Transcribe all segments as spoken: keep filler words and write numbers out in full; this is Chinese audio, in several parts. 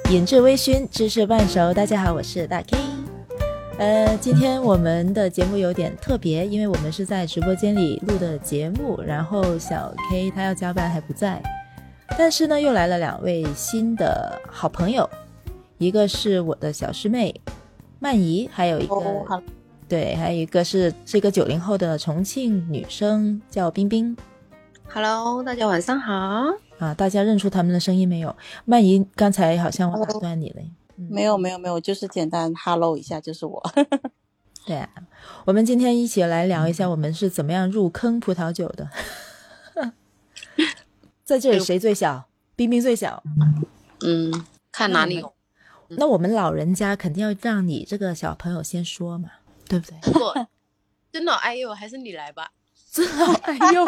饮至微醺，知识半熟。大家好，我是大 K。呃，今天我们的节目有点特别，因为我们是在直播间里录的节目，然后小 K 他要加班还不在，但是呢，又来了两位新的好朋友，一个是我的小师妹曼怡，还有一个、oh, 对，还有一个是是一个九零后的重庆女生，叫冰冰。 Hello， 大家晚上好。 啊，大家认出他们的声音没有？曼怡，刚才好像我打断你了。 嗯、没有没有没有，就是简单 hello 一下，就是我。 对啊，我们今天一起来聊一下我们是怎么样入坑葡萄酒的。在这里谁最小？冰冰最小。 嗯，看哪里有。 那我们老人家肯定要让你这个小朋友先说嘛，对不对？ 不，真老哎呦，还是你来吧。 真老哎呦。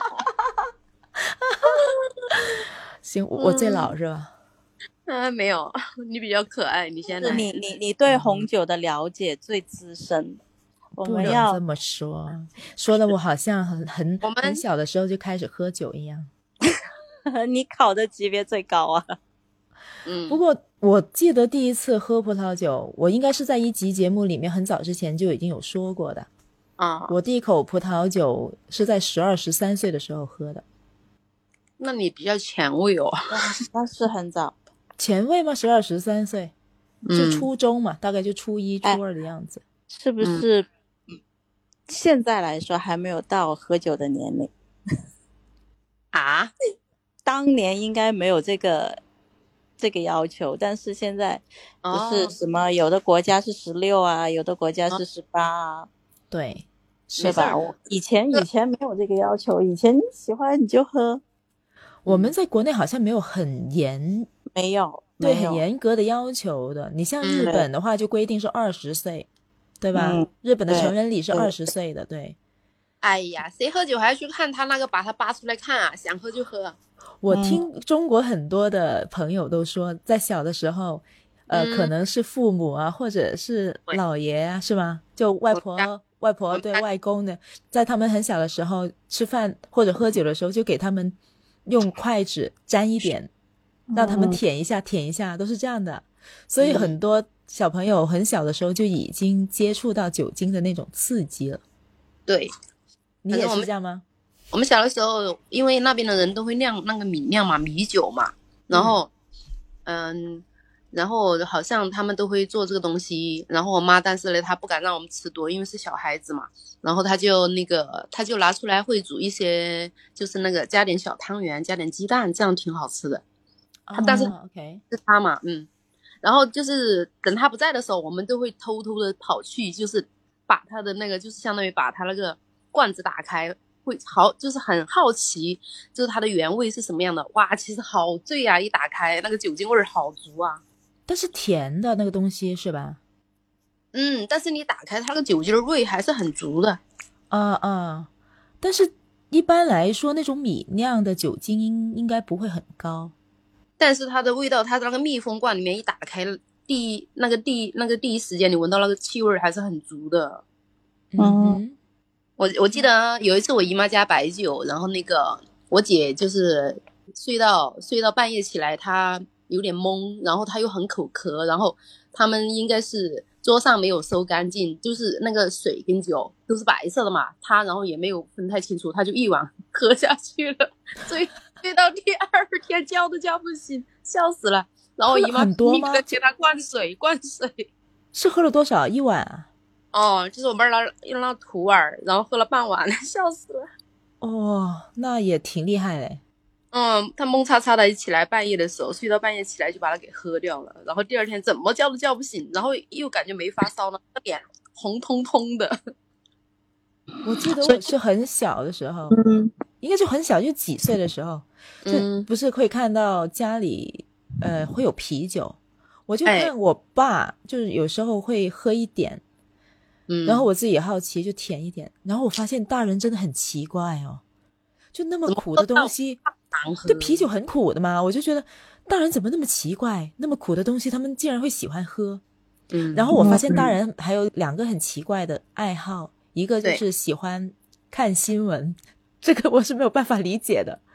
行，我最老是吧？ 嗯、呃，没有，你比较可爱。你现在你你你对红酒的了解最资深，我们要不能这么说，说的我好像很很我们很小的时候就开始喝酒一样。 你考的级别最高啊。 嗯， 不过我记得第一次喝葡萄酒，我应该是在一集节目里面很早之前就已经有说过的。 啊， 我第一口葡萄酒是在十二十三岁的时候喝的。 那你比较前卫哦。 那是很早。 前卫吗？十二十三岁，就初中嘛、嗯，大概就初一、初二的样子。 哎、是不是、嗯？现在来说还没有到喝酒的年龄啊？ 当年应该没有这个这个要求，但是现在不是什么、哦、有的国家是十六啊，有的国家是十八啊。哦、 对， 是吧？我以前以前没有这个要求，以前你喜欢你就喝。 我们在国内好像没有很严， 没有对，很严格的要求的。你像日本的话，就规定是二十岁，对吧？ 嗯、 日本的成人礼是二十岁的， 对, 对。 哎呀，谁喝酒还要去看他那个，把他扒出来看啊？想喝就喝。 我听中国很多的朋友都说，在小的时候，呃，嗯、可能是父母啊，或者是姥爷啊，是吗？就外婆、外婆对外公的，在他们很小的时候吃饭或者喝酒的时候，就给他们用筷子沾一点，让他们舔一下舔一下，都是这样的。所以很多小朋友很小的时候就已经接触到酒精的那种刺激了。 对， 你也是这样吗？ 我们小的时候，因为那边的人都会酿那个米酿嘛，米酒嘛，然后嗯, 嗯然后好像他们都会做这个东西，然后我妈但是呢她不敢让我们吃多，因为是小孩子嘛，然后她就那个她就拿出来会煮一些，就是那个加点小汤圆加点鸡蛋，这样挺好吃的。 哦、 但是 OK 是她嘛，嗯，然后就是等她不在的时候，我们都会偷偷的跑去，就是把她的那个就是相当于把她那个罐子打开，会好就是很好奇，就是它的原味是什么样的。哇，其实好醉啊，一打开那个酒精味好足啊。 但是甜的那个东西是吧？ 嗯，但是你打开它那个酒精味还是很足的。 啊啊，但是一般来说那种米酿的酒精应该不会很高。 但是它的味道，它那个密封罐里面一打开，第一那个第那个第一时间你闻到那个气味还是很足的。 嗯， 我我记得有一次我姨妈家摆酒，然后那个我姐就是睡到睡到半夜起来，她有点懵，然后他又很口渴，然后他们应该是桌上没有收干净，就是那个水跟酒都是白色的嘛，他然后也没有分太清楚，他就一碗喝下去了，醉醉到第二天叫都叫不醒，笑死了。然后我姨妈很多吗？ 给他灌水灌水。 是喝了多少？一碗啊？ 哦，就是我们那用那土耳，然后喝了半碗，笑死了。 哦，那也挺厉害嘞。 嗯，他懵叉叉的一起来，半夜的时候睡到半夜起来就把它给喝掉了，然后第二天怎么叫都叫不醒，然后又感觉没发烧呢，脸红彤彤的。 我记得我是很小的时候，嗯，应该就很小，就几岁的时候，就不是会看到家里呃会有啤酒，我就看我爸、哎、就是有时候会喝一点，嗯，然后我自己也好奇就舔一点，然后我发现大人真的很奇怪哦，就那么苦的东西。对，啤酒很苦的嘛，我就觉得大人怎么那么奇怪，那么苦的东西他们竟然会喜欢喝。嗯，然后我发现大人还有两个很奇怪的爱好，一个就是喜欢看新闻，这个我是没有办法理解的。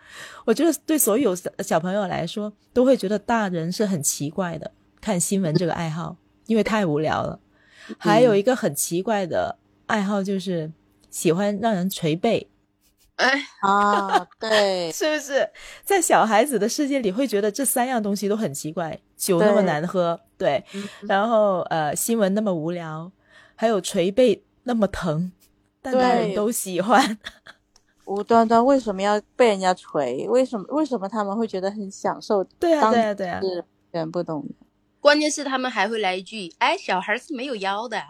我觉得对所有小朋友来说都会觉得大人是很奇怪的，看新闻这个爱好，因为太无聊了。还有一个很奇怪的爱好就是喜欢让人捶背。 哎啊，对， 是不是在小孩子的世界里会觉得这三样东西都很奇怪，酒那么难喝， 对, 对然后呃新闻那么无聊，还有捶背那么疼，但大人都喜欢。 无端端为什么要被人家捶？为什么为什么他们会觉得很享受？ 对啊对啊对啊， 是全不懂的。 关键是他们还会来一句，哎，小孩是没有腰的。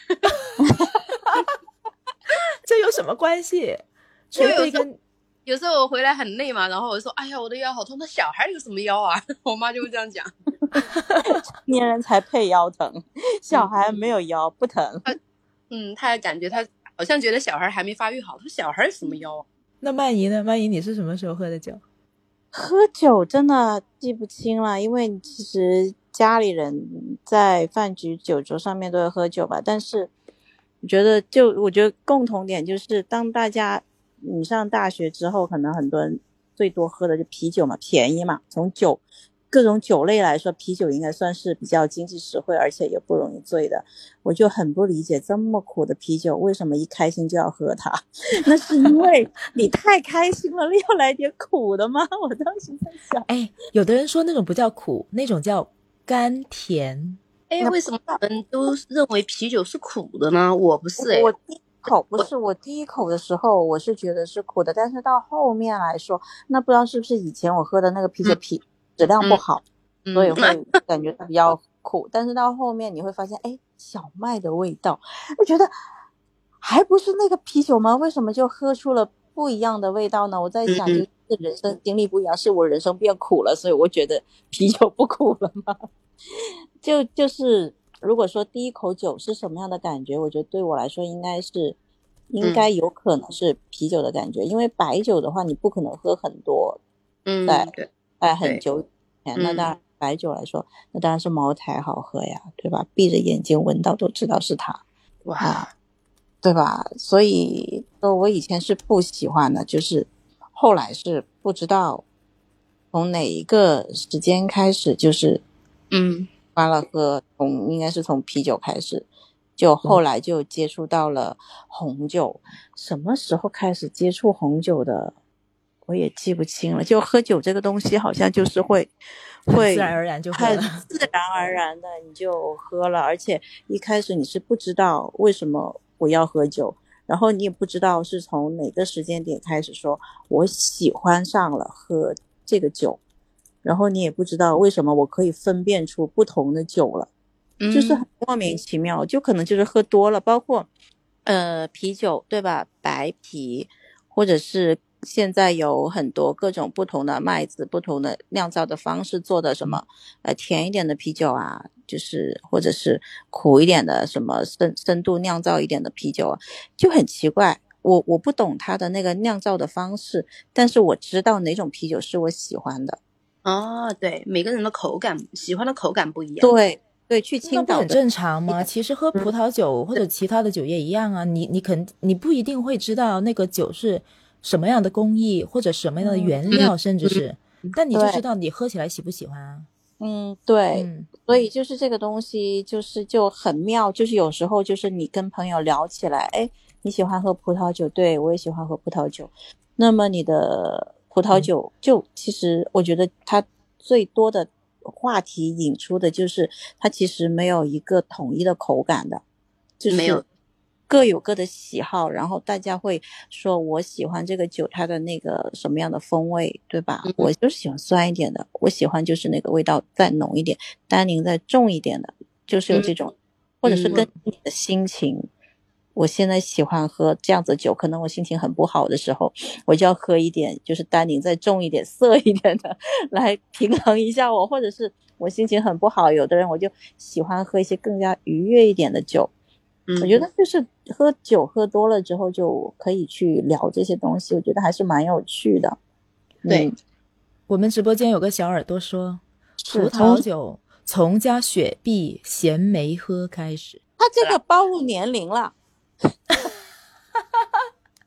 这有什么关系？捶背跟有时候我回来很累嘛，然后我说哎呀我的腰好痛，那小孩有什么腰啊？我妈就会这样讲。 成年人才配腰疼，小孩没有腰不疼。 嗯，他感觉他好像觉得小孩还没发育好，他说小孩什么腰啊？ 那曼怡呢？曼怡你是什么时候喝的酒？ 喝酒真的记不清了，因为其实家里人在饭局酒桌上面都会喝酒吧，但是我觉得就我觉得共同点就是当大家你上大学之后，可能很多人最多喝的就啤酒嘛，便宜嘛，从酒各种酒类来说，啤酒应该算是比较经济实惠，而且也不容易醉的。我就很不理解这么苦的啤酒为什么一开心就要喝它。那是因为你太开心了要来点苦的吗？我当时在想， 哎，有的人说那种不叫苦，那种叫甘甜。 哎，为什么人都认为啤酒是苦的呢？我不是。哎， 我第一口不是我第一口的时候我是觉得是苦的，但是到后面来说，那不知道是不是以前我喝的那个啤酒啤、嗯质量不好、嗯、所以会感觉比较苦、嗯、但是到后面你会发现哎，小麦的味道，我觉得还不是那个啤酒吗？为什么就喝出了不一样的味道呢？我在想就是人生经历不一样，是我人生变苦了，所以我觉得啤酒不苦了吗？就就是如果说第一口酒是什么样的感觉，我觉得对我来说应该是应该有可能是啤酒的感觉、嗯、因为白酒的话你不可能喝很多， 嗯， 对在很久以前，那当然白酒来说，那当然是茅台好喝呀，对吧？闭着眼睛闻到都知道是它， 哇、 啊，对吧？所以我以前是不喜欢的，就是后来是不知道从哪一个时间开始，就是嗯， 完了喝，从应该是从啤酒开始，就后来就接触到了红酒。什么时候开始接触红酒的？我也记不清了，就喝酒这个东西好像就是会会自然而然就喝了， 很自然而然的你就喝了，而且一开始你是不知道为什么我要喝酒，然后你也不知道是从哪个时间点开始说我喜欢上了喝这个酒，然后你也不知道为什么我可以分辨出不同的酒了、嗯、就是很莫名其妙，就可能就是喝多了，包括呃啤酒对吧，白啤或者是现在有很多各种不同的麦子不同的酿造的方式做的什么呃甜一点的啤酒啊，就是或者是苦一点的什么深深度酿造一点的啤酒啊，就很奇怪，我我不懂它的那个酿造的方式，但是我知道哪种啤酒是我喜欢的。 哦，对，每个人的口感喜欢的口感不一样。 对对，去青岛很正常吗？其实喝葡萄酒或者其他的酒也一样啊，你你肯你不一定会知道那个酒是什么样的工艺或者什么样的原料、嗯、甚至是、嗯、但你就知道你喝起来喜不喜欢啊。 嗯，对、嗯、所以就是这个东西就是就很妙，就是有时候就是你跟朋友聊起来，哎，你喜欢喝葡萄酒，对，我也喜欢喝葡萄酒，那么你的葡萄酒就其实我觉得它最多的话题引出的就是它其实没有一个统一的口感的，就是没有各有各的喜好，然后大家会说我喜欢这个酒它的那个什么样的风味，对吧、嗯、我就是喜欢酸一点的，我喜欢就是那个味道再浓一点，单宁再重一点的，就是有这种、嗯、或者是跟你的心情、嗯、我现在喜欢喝这样子的酒，可能我心情很不好的时候我就要喝一点就是单宁再重一点涩一点的来平衡一下我，或者是我心情很不好，有的人我就喜欢喝一些更加愉悦一点的酒。我觉得就是喝酒喝多了之后就可以去聊这些东西，我觉得还是蛮有趣的。 对、嗯、我们直播间有个小耳朵说葡萄酒从加雪碧咸梅喝开始， 他这个暴露年龄了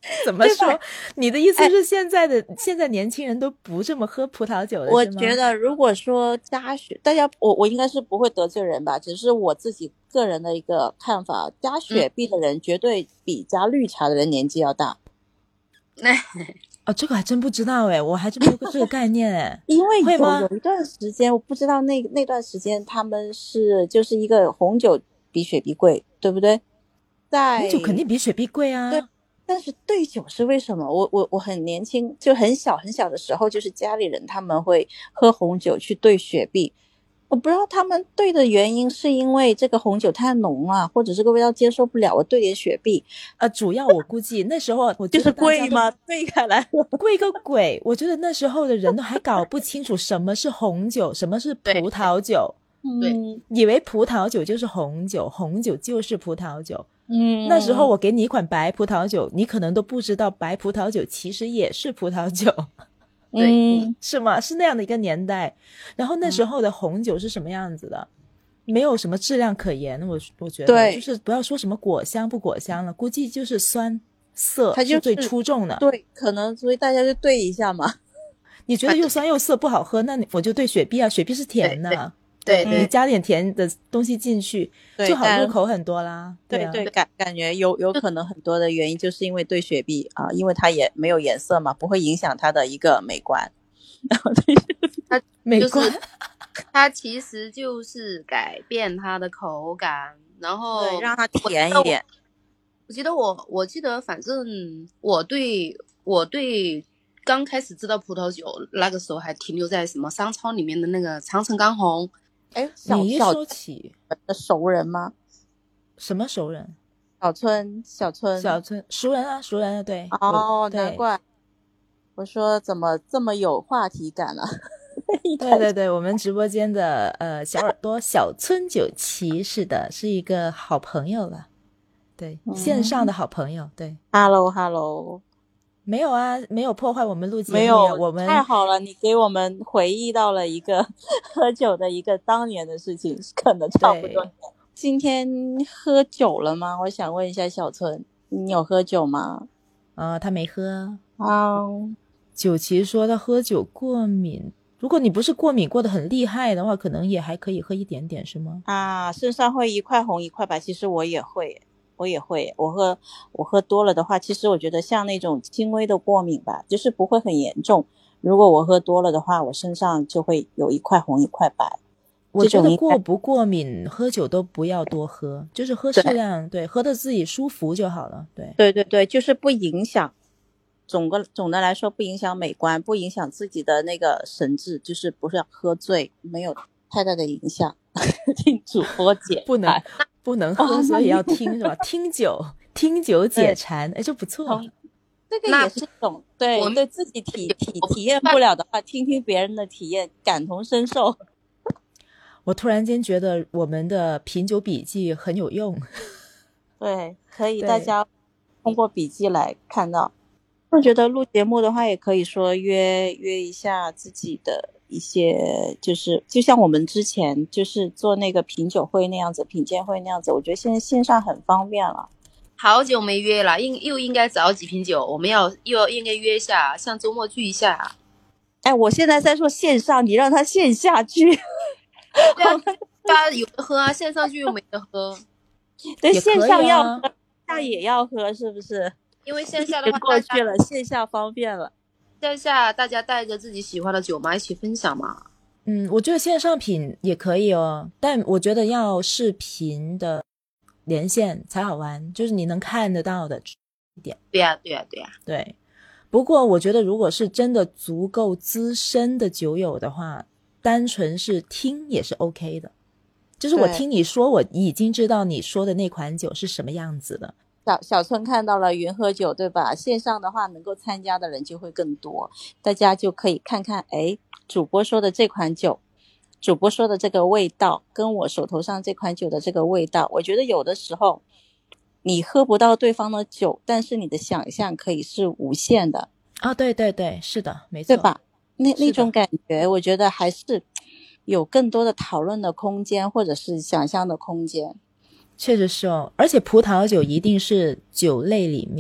怎么说？你的意思是现在的、哎、现在年轻人都不这么喝葡萄酒了？ 我觉得如果说加雪，大家我我应该是不会得罪人吧，只是我自己个人的一个看法，加雪碧的人绝对比加绿茶的人年纪要大。 哦，这个还真不知道哎，我还真没有这个概念哎。 因为有有一段时间，我不知道那那段时间他们是就是一个红酒比雪碧贵，对不对？在红酒肯定比雪碧贵啊。 对，但是兑酒是为什么？我我我很年轻，就很小很小的时候，就是家里人他们会喝红酒去兑雪碧。我不知道他们兑的原因是因为这个红酒太浓了，或者这个味道接受不了，我兑点雪碧。 呃，主要我估计那时候我觉得就是贵吗？兑开来了， 贵个鬼！我觉得那时候的人都还搞不清楚什么是红酒，什么是葡萄酒。 对， 嗯，以为葡萄酒就是红酒，红酒就是葡萄酒。 嗯， 那时候我给你一款白葡萄酒，你可能都不知道白葡萄酒其实也是葡萄酒。 对、 嗯， 是吗？是那样的一个年代。然后那时候的红酒是什么样子的？嗯、没有什么质量可言。我我觉得， 对， 就是不要说什么果香不果香了，估计就是酸涩是最出众的。 对，可能所以大家就对一下嘛。 你觉得又酸又涩不好喝，那我就对雪碧啊，雪碧是甜的。 对 对, 对， 你加点甜的东西进去，就好入口很多啦。 对对, 啊、 对，感感觉有有可能很多的原因就是因为对雪碧啊，因为它也没有颜色嘛，不会影响它的一个美观。然后它美观， 它其实就是改变它的口感，然后对让它甜一点。 我记得我我记得反正我对我对刚开始知道葡萄酒那个时候还停留在什么商超里面的那个长城干红。 哎， 你一说起的熟人吗？ 什么熟人？ 小村小村小村熟人啊，熟人啊，对。 哦，难怪。我说怎么这么有话题感啊？ 对对对，我们直播间的呃小耳朵小村九七，是的，是一个好朋友了。对、嗯，线上的好朋友。对 ，Hello Hello。 没有啊，没有破坏我们录节目， 没有， 我们太好了，你给我们回忆到了一个喝酒的一个当年的事情，可能差不多。今天喝酒了吗？我想问一下小村，你有喝酒吗？ 啊、呃，他没喝啊。 九七说他喝酒过敏，如果你不是过敏过得很厉害的话，可能也还可以喝一点点，是吗？ 啊，身上会一块红一块白，其实我也会。我也会，我喝我喝多了的话，其实我觉得像那种轻微的过敏吧，就是不会很严重。如果我喝多了的话，我身上就会有一块红一块白。 我觉得过不过敏，喝酒都不要多喝，就是喝适量， 对, 对，喝的自己舒服就好了。对， 对对对，就是不影响，总个总的来说不影响美观，不影响自己的那个神智，就是不是喝醉，没有太大的影响。听主播解不能。不能喝，所以要听是吧？听酒，听酒解馋，哎，这不错。 这个也是一种对我对自己体体体验不了的话，听听别人的体验，感同身受。 我突然间觉得我们的品酒笔记很有用。 对，可以大家通过笔记来看到。我觉得录节目的话，也可以说约约一下自己的。一些就是就像我们之前就是做那个品酒会那样子，品鉴会那样子，我觉得现在线上很方便了。 好久没约了，应又应该找几瓶酒，我们要又要应该约一下，像周末聚一下。 哎，我现在在说线上，你让他线下聚。 大家有的喝啊，线上聚又没得喝。 对，线上要喝，线下也要喝，是不是？ 因为线下的话过去了，线下方便了。 线下大家带着自己喜欢的酒嘛，一起分享嘛。 嗯，我觉得线上品也可以哦，但我觉得要视频的连线才好玩，就是你能看得到的一点。 对呀、啊，对呀、啊，对呀、啊。 对，不过我觉得如果是真的足够资深的酒友的话，单纯是听也是 OK 的。就是我听你说，我已经知道你说的那款酒是什么样子的。 小小村看到了云喝酒，对吧？线上的话能够参加的人就会更多，大家就可以看看，哎，主播说的这款酒，主播说的这个味道跟我手头上这款酒的这个味道，我觉得有的时候你喝不到对方的酒，但是你的想象可以是无限的啊、哦！对对对，是的，没错， 对吧？那那种感觉我觉得还是有更多的讨论的空间，或者是想象的空间。 确实是哦，而且葡萄酒一定是酒类里面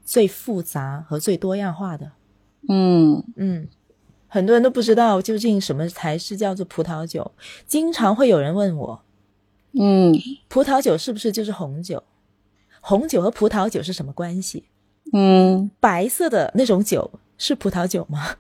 最复杂和最多样化的。 嗯嗯，很多人都不知道究竟什么才是叫做葡萄酒，经常会有人问我， 嗯， 葡萄酒是不是就是红酒？红酒和葡萄酒是什么关系？ 嗯， 白色的那种酒是葡萄酒吗？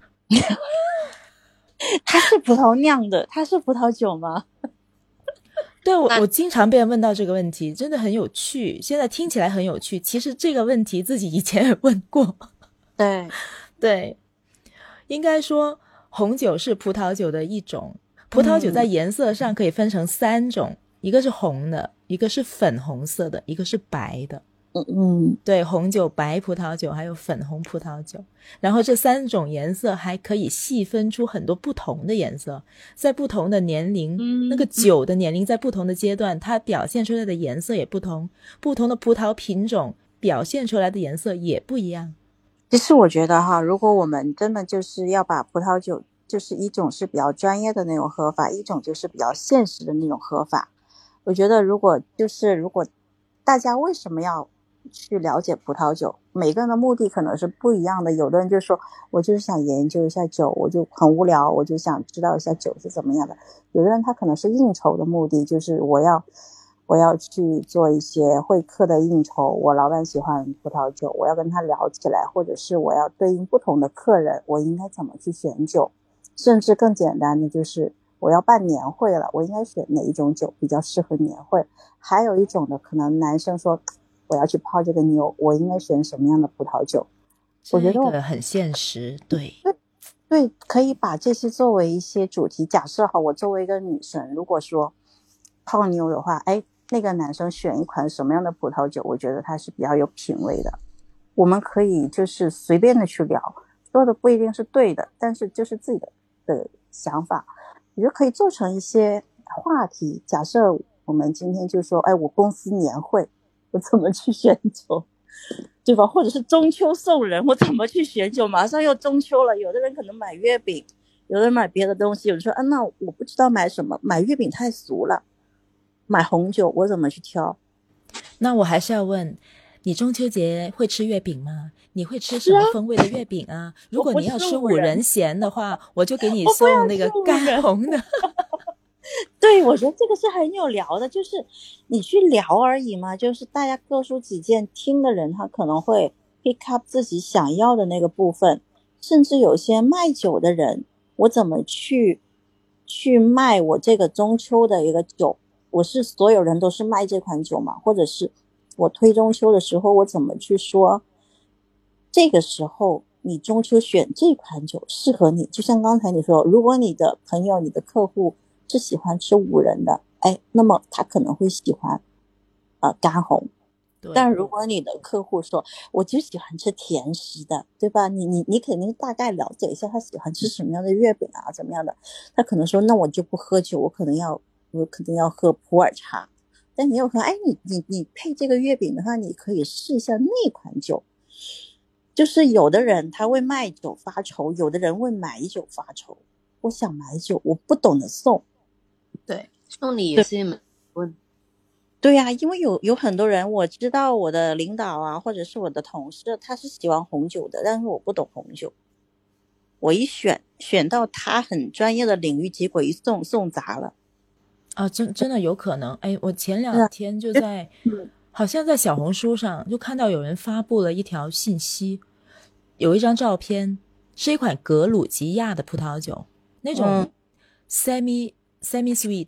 它是葡萄酿的，它是葡萄酒吗？ 对，我我经常被人问到这个问题，真的很有趣，现在听起来很有趣，其实这个问题自己以前也问过。 对对，应该说红酒是葡萄酒的一种，葡萄酒在颜色上可以分成三种、嗯、一个是红的，一个是粉红色的，一个是白的。 嗯嗯， 对，红酒、白葡萄酒还有粉红葡萄酒，然后这三种颜色还可以细分出很多不同的颜色，在不同的年龄、嗯、那个酒的年龄在不同的阶段它表现出来的颜色也不同，不同的葡萄品种表现出来的颜色也不一样。 其实我觉得哈，如果我们真的就是要把葡萄酒，就是一种是比较专业的那种喝法，一种就是比较现实的那种喝法，我觉得如果就是如果大家为什么要去了解葡萄酒，每个人的目的可能是不一样的。有的人就说我就是想研究一下酒，我就很无聊，我就想知道一下酒是怎么样的。有的人他可能是应酬的目的，就是我要我要去做一些会客的应酬，我老板喜欢葡萄酒，我要跟他聊起来，或者是我要对应不同的客人，我应该怎么去选酒，甚至更简单的就是我要办年会了，我应该选哪一种酒比较适合年会。还有一种的可能男生说我要去泡这个妞，我应该选什么样的葡萄酒，我觉得这个很现实。对对对，可以把这些作为一些主题。假设哈，我作为一个女生，如果说泡妞的话，哎，那个男生选一款什么样的葡萄酒，我觉得他是比较有品味的。我们可以就是随便的去聊，说的不一定是对的，但是就是自己的的想法，我觉得可以做成一些话题。假设我们今天就说，哎，我公司年会我怎么去选酒，对吧？或者是中秋送人，我怎么去选酒？马上又中秋了，有的人可能买月饼，有的人买别的东西，有人说啊，那我不知道买什么，买月饼太俗了，买红酒我怎么去挑？ 那我还是要问你，中秋节会吃月饼吗？你会吃什么风味的月饼啊？啊如果你要吃五仁咸的话，我就给你送那个干红的。 对，我觉得这个是很有聊的，就是你去聊而已嘛，就是大家各抒己见，听的人他可能会 pick up 自己想要的那个部分。甚至有些卖酒的人，我怎么去去卖我这个中秋的一个酒，我是所有人都是卖这款酒嘛，或者是我推中秋的时候我怎么去说这个时候你中秋选这款酒适合你。就像刚才你说，如果你的朋友你的客户是喜欢吃五仁的，哎，那么他可能会喜欢呃干红。但如果你的客户说我就喜欢吃甜食的，对吧？你你你肯定大概了解一下他喜欢吃什么样的月饼啊，怎么样的。他可能说那我就不喝酒，我可能要我可能要喝普洱茶。但你有可能哎你你你配这个月饼的话，你可以试一下那款酒。就是有的人他为卖酒发愁，有的人为买酒发愁。我想买酒，我不懂得送。 对，送礼也是问。 对呀、啊，因为有有很多人，我知道我的领导啊，或者是我的同事，他是喜欢红酒的，但是我不懂红酒。我一选选到他很专业的领域，结果一送送砸了。 啊，真真的有可能。哎，我前两天就在、嗯、好像在小红书上就看到有人发布了一条信息，有一张照片是一款格鲁吉亚的葡萄酒，那种 semi、嗯、semi sweet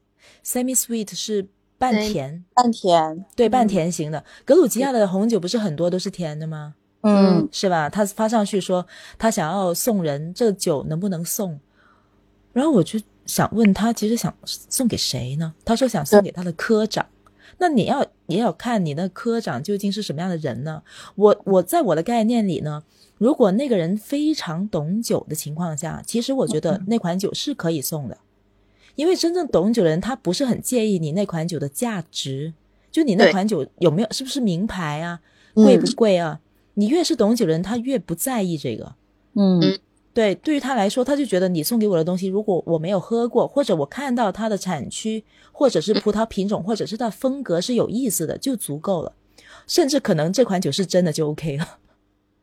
semi sweet 是半甜半甜， 对，半甜型的、嗯、格鲁吉亚的红酒不是很多都是甜的吗？ 嗯， 是吧？他发上去说他想要送人，这个酒能不能送？然后我就想问他，其实想送给谁呢？他说想送给他的科长。那你要也要看你的科长究竟是什么样的人呢？我我在我的概念里呢，如果那个人非常懂酒的情况下，其实我觉得那款酒是可以送的。因为真正懂酒的人，他不是很介意你那款酒的价值，就你那款酒有没有，是不是名牌啊，贵不贵啊、嗯、你越是懂酒的人，他越不在意这个。 嗯， 对，对于他来说，他就觉得你送给我的东西，如果我没有喝过，或者我看到它的产区，或者是葡萄品种，或者是它风格是有意思的，就足够了。甚至可能这款酒是真的就 OK 了。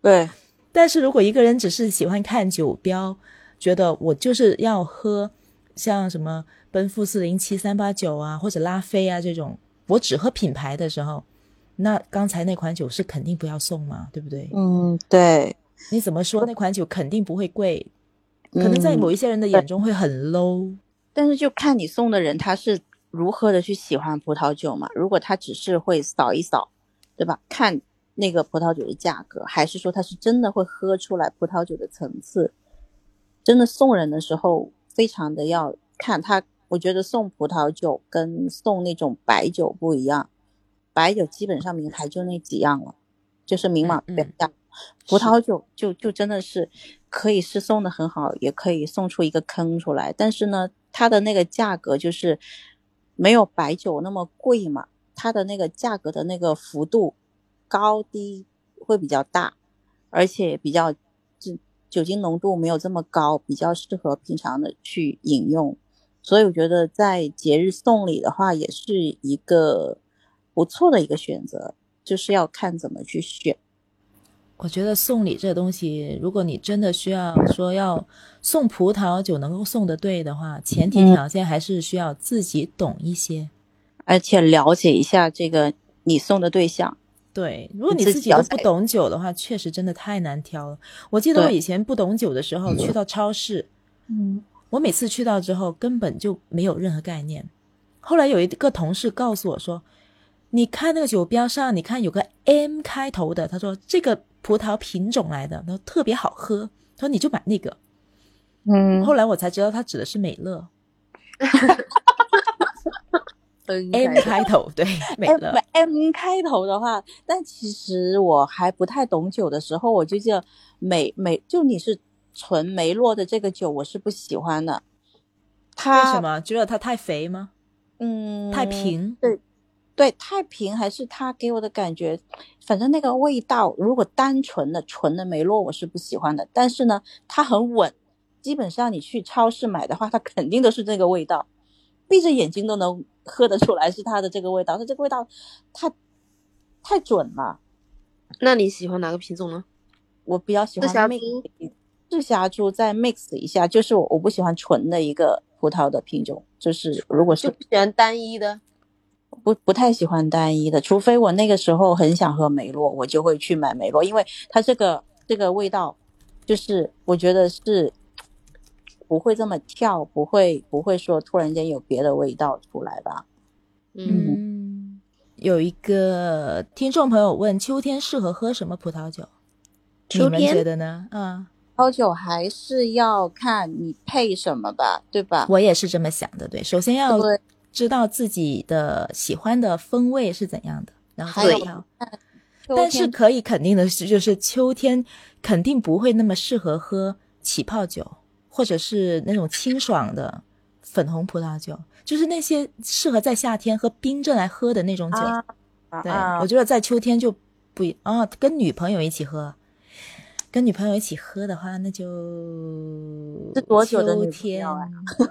对， 但是如果一个人只是喜欢看酒标，觉得我就是要喝像什么奔富四零七三八九啊，或者拉菲啊这种，我只喝品牌的时候，那刚才那款酒是肯定不要送嘛，对不对？ 嗯，对。 你怎么说那款酒肯定不会贵，可能在某一些人的眼中会很 low、嗯、 但是就看你送的人他是如何的去喜欢葡萄酒嘛。如果他只是会扫一扫，对吧，看那个葡萄酒的价格，还是说他是真的会喝出来葡萄酒的层次，真的送人的时候非常的要看他。我觉得送葡萄酒跟送那种白酒不一样，白酒基本上名牌就那几样了，就是明码标价、嗯嗯、葡萄酒就就真的是可以是送的很好，也可以送出一个坑出来，但是呢它的那个价格就是没有白酒那么贵嘛，它的那个价格的那个幅度高低会比较大，而且比较酒精浓度没有这么高，比较适合平常的去饮用。所以我觉得在节日送礼的话也是一个不错的一个选择，就是要看怎么去选。 我觉得送礼这个东西，如果你真的需要说要送葡萄酒能够送得对的话，前提条件还是需要自己懂一些、嗯、 而且了解一下这个你送的对象。 对，如果你自己都不懂酒的话，确实真的太难挑了。我记得我以前不懂酒的时候去到超市，嗯，我每次去到之后根本就没有任何概念。后来有一个同事告诉我说，你看那个酒标上，你看有个 M 开头的，他说这个葡萄品种来的，然后特别好喝，他说你就买那个。嗯，后来我才知道他指的是美乐。M 开头，对，美乐。 M, M 开头的话，但其实我还不太懂酒的时候，我就记得美美就你是纯梅洛的这个酒，我是不喜欢的。 它为什么？觉得它太肥吗？ 嗯， 太平。 对对，太平还是它给我的感觉，反正那个味道，如果单纯的纯的梅洛我是不喜欢的。但是呢，它很稳，基本上你去超市买的话，它肯定都是这个味道，闭着眼睛都能喝得出来是它的这个味道，它这个味道太太准了。 那你喜欢哪个品种呢？ 我比较喜欢 mix 赤霞珠，再 mix 一下，就是我我不喜欢纯的一个葡萄的品种，就是如果是就不喜欢单一的， 不不太喜欢单一的，除非我那个时候很想喝梅洛，我就会去买梅洛，因为它这个这个味道就是我觉得是不会这么跳，不会不会说突然间有别的味道出来吧。 嗯，嗯有一个听众朋友问，秋天适合喝什么葡萄酒？你们觉得呢？嗯， 葡萄酒还是要看你配什么吧，对吧？ 我也是这么想的，对，首先要知道自己的喜欢的风味是怎样的，然后再挑。但是可以肯定的是，就是秋天肯定不会那么适合喝起泡酒，或者是那种清爽的粉红葡萄酒，就是那些适合在夏天喝冰镇来喝的那种酒。啊、对、啊，我觉得在秋天就不啊，跟女朋友一起喝，跟女朋友一起喝的话，那就是多久的女朋友啊？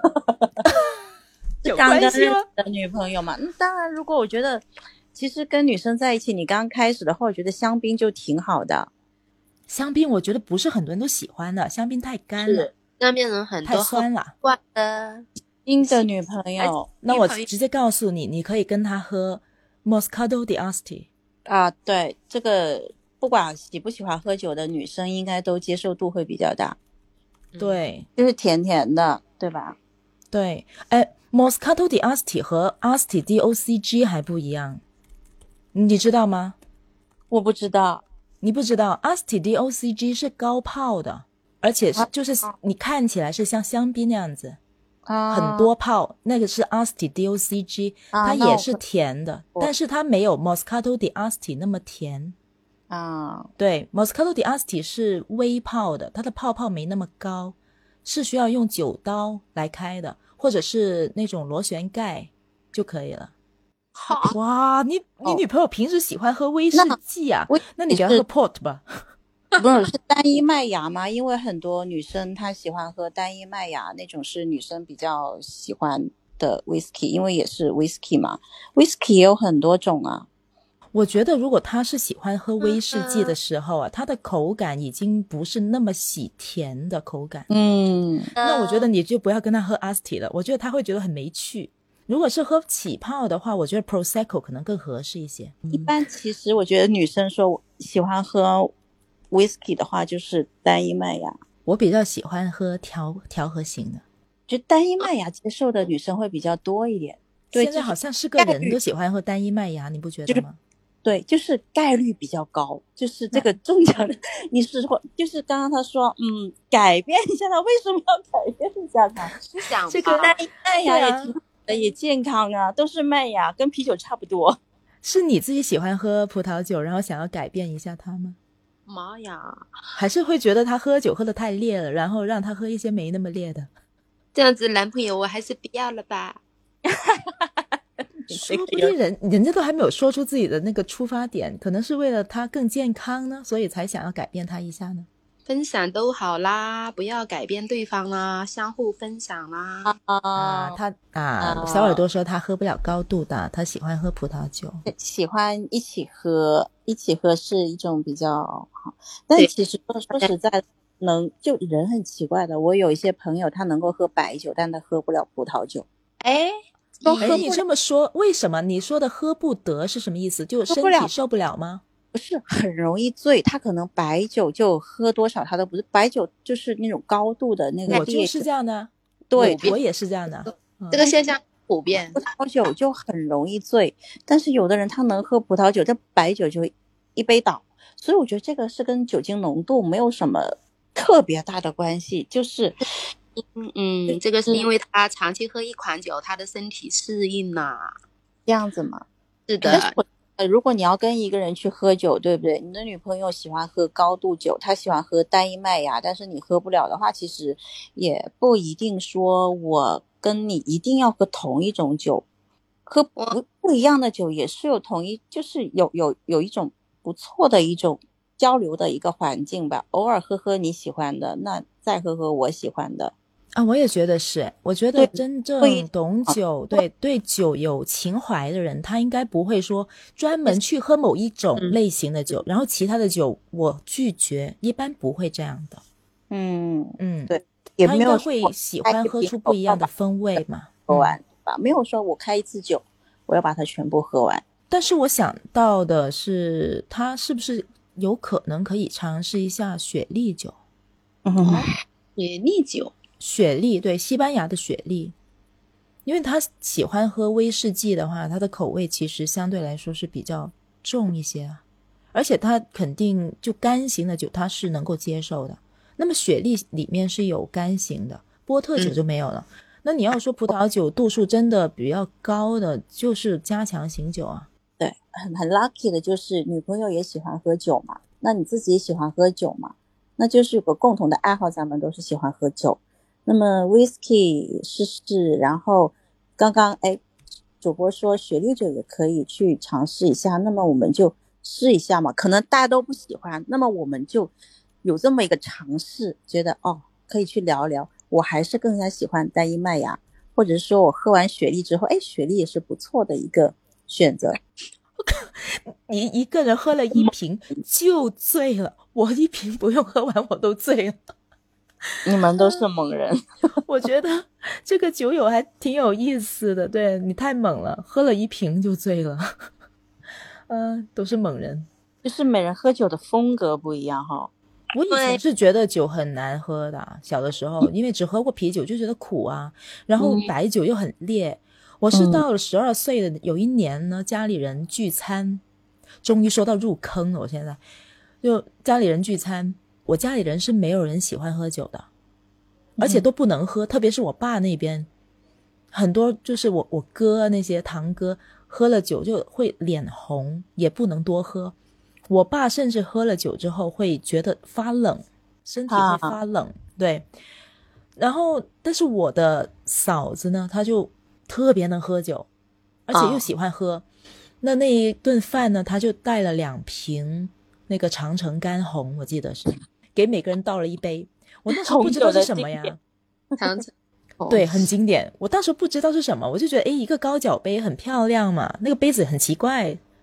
有关系吗？的女朋友嘛，嗯，当然，如果我觉得其实跟女生在一起，你刚开始的话，我觉得香槟就挺好的。 香槟我觉得不是很多人都喜欢的，香槟太干了， 香槟人很多太酸了。 惯的新的女朋友， 那我直接告诉你，你可以跟她喝 Moscato d'Asti 啊，对，这个不管喜不喜欢喝酒的女生，应该都接受度会比较大。 对， 就是甜甜的，对吧？ 对，哎 ，Moscato d'Asti 和 Asti D O C G 还不一样，你知道吗？ 我不知道。 你不知道 Asti D O C G 是高泡的，而且是就是你看起来是像香槟那样子、啊、很多泡，那个是 Asti D O C G、啊、它也是甜的，但是它没有 Moscato d'Asti 那么甜啊。对， Moscato d'Asti 是微泡的，它的泡泡没那么高，是需要用酒刀来开的，或者是那种螺旋盖就可以了。哇，你你女朋友平时喜欢喝威士忌啊？那, 那你给她喝 port 吧。 不是，是单一麦芽吗？因为很多女生她喜欢喝单一麦芽，那种是女生比较喜欢的 whisky， 因为也是 whisky 嘛， whisky 也有很多种啊。 我觉得如果他是喜欢喝威士忌的时候啊，他的口感已经不是那么喜甜的口感。 嗯， 那我觉得你就不要跟他喝 Asti 了，我觉得他会觉得很没趣。如果是喝起泡的话，我觉得 Prosecco 可能更合适一些。 一般其实我觉得女生说喜欢喝 whisky 的话，就是单一麦芽。 我比较喜欢喝调调和型的， 就单一麦芽接受的女生会比较多一点。对， 现在好像是个人都喜欢喝单一麦芽，你不觉得吗？ 就是对，就是概率比较高，就是这个中奖的，你是说，就是刚刚他说，嗯，改变一下他，为什么要改变一下他？ 想这个单一麦芽也挺好的，也健康啊，都是麦芽，跟啤酒差不多。 是你自己喜欢喝葡萄酒，然后想要改变一下他吗？ 妈呀， 还是会觉得他喝酒喝得太烈了，然后让他喝一些没那么烈的？ 这样子男朋友我还是不要了吧。 说不定人人家都还没有说出自己的那个出发点，可能是为了他更健康呢，所以才想要改变他一下呢。 分享都好啦，不要改变对方啦，相互分享啦。 啊，他啊，啊小耳朵说他喝不了高度的，他喜欢喝葡萄酒， 喜欢一起喝，一起喝是一种比较好。但其实说说实在的，能就人很奇怪的，我有一些朋友他能够喝白酒，但他喝不了葡萄酒。 哎。 哎，你这么说，为什么？你说的喝不得是什么意思？就身体受不了吗？ 不是，很容易醉。他可能白酒就喝多少他都不是，白酒就是那种高度的那个。 我就是这样的， 对， 我也是这样的。 嗯、这个现象普遍。 葡萄酒就很容易醉，但是有的人他能喝葡萄酒，这白酒就一杯倒。所以我觉得这个是跟酒精浓度没有什么特别大的关系，就是。 嗯嗯，这个是因为他长期喝一款酒，他的身体适应啦， 这样子嘛。 是的。 呃，如果你要跟一个人去喝酒，对不对？你的女朋友喜欢喝高度酒，她喜欢喝单一麦芽，但是你喝不了的话，其实也不一定说我跟你一定要喝同一种酒，喝不不一样的酒也是有同一，就是有有有一种不错的一种交流的一个环境吧。偶尔喝喝你喜欢的，那再喝喝我喜欢的。 啊，我也觉得是。我觉得真正懂酒，对对酒有情怀的人，他应该不会说专门去喝某一种类型的酒，嗯、然后其他的酒我拒绝，一般不会这样的。 嗯嗯， 对，也没有他应该会喜欢喝出不一样的风味嘛， 喝完吧，没有说我开一次酒，我要把它全部喝完。 但是我想到的是，他是不是有可能可以尝试一下雪莉酒？ 嗯， 雪莉酒。 雪莉，对，西班牙的雪莉，因为他喜欢喝威士忌的话，他的口味其实相对来说是比较重一些，而且他肯定就干型的酒他是能够接受的。那么雪莉里面是有干型的，波特酒就没有了。嗯、那你要说葡萄酒度数真的比较高的，就是加强型酒啊。 对，很很 lucky 的就是女朋友也喜欢喝酒嘛，那你自己也喜欢喝酒嘛，那就是有个共同的爱好，咱们都是喜欢喝酒。那么 whisky 试试，然后刚刚哎，主播说雪莉酒也可以去尝试一下，那么我们就试一下嘛。可能大家都不喜欢，那么我们就有这么一个尝试，觉得哦可以去聊聊。我还是更加喜欢单一麦芽，或者说我喝完雪莉之后，哎，雪莉也是不错的一个选择。 你一个人喝了一瓶就醉了，我一瓶不用喝完我都醉了。 你们都是猛人。 我觉得这个酒友还挺有意思的，对，你太猛了，喝了一瓶就醉了。嗯、呃，都是猛人， 就是每人喝酒的风格不一样哈。 我以前是觉得酒很难喝的，小的时候因为只喝过啤酒就觉得苦啊，然后白酒又很烈。我是到了十二岁的有一年呢，家里人聚餐，终于说到入坑了。我现在就家里人聚餐，我家里人是没有人喜欢喝酒的，而且都不能喝、嗯、特别是我爸那边很多，就是我我哥那些堂哥喝了酒就会脸红，也不能多喝。我爸甚至喝了酒之后会觉得发冷，身体会发冷、啊、对。然后但是我的嫂子呢，她就特别能喝酒，而且又喜欢喝、啊、那那一顿饭呢，她就带了两瓶那个长城干红，我记得是给每个人倒了一杯。我那时候不知道是什么呀， 长城对，很经典。我当时不知道是什么，我就觉得诶，一个高脚杯很漂亮嘛，那个杯子很奇怪，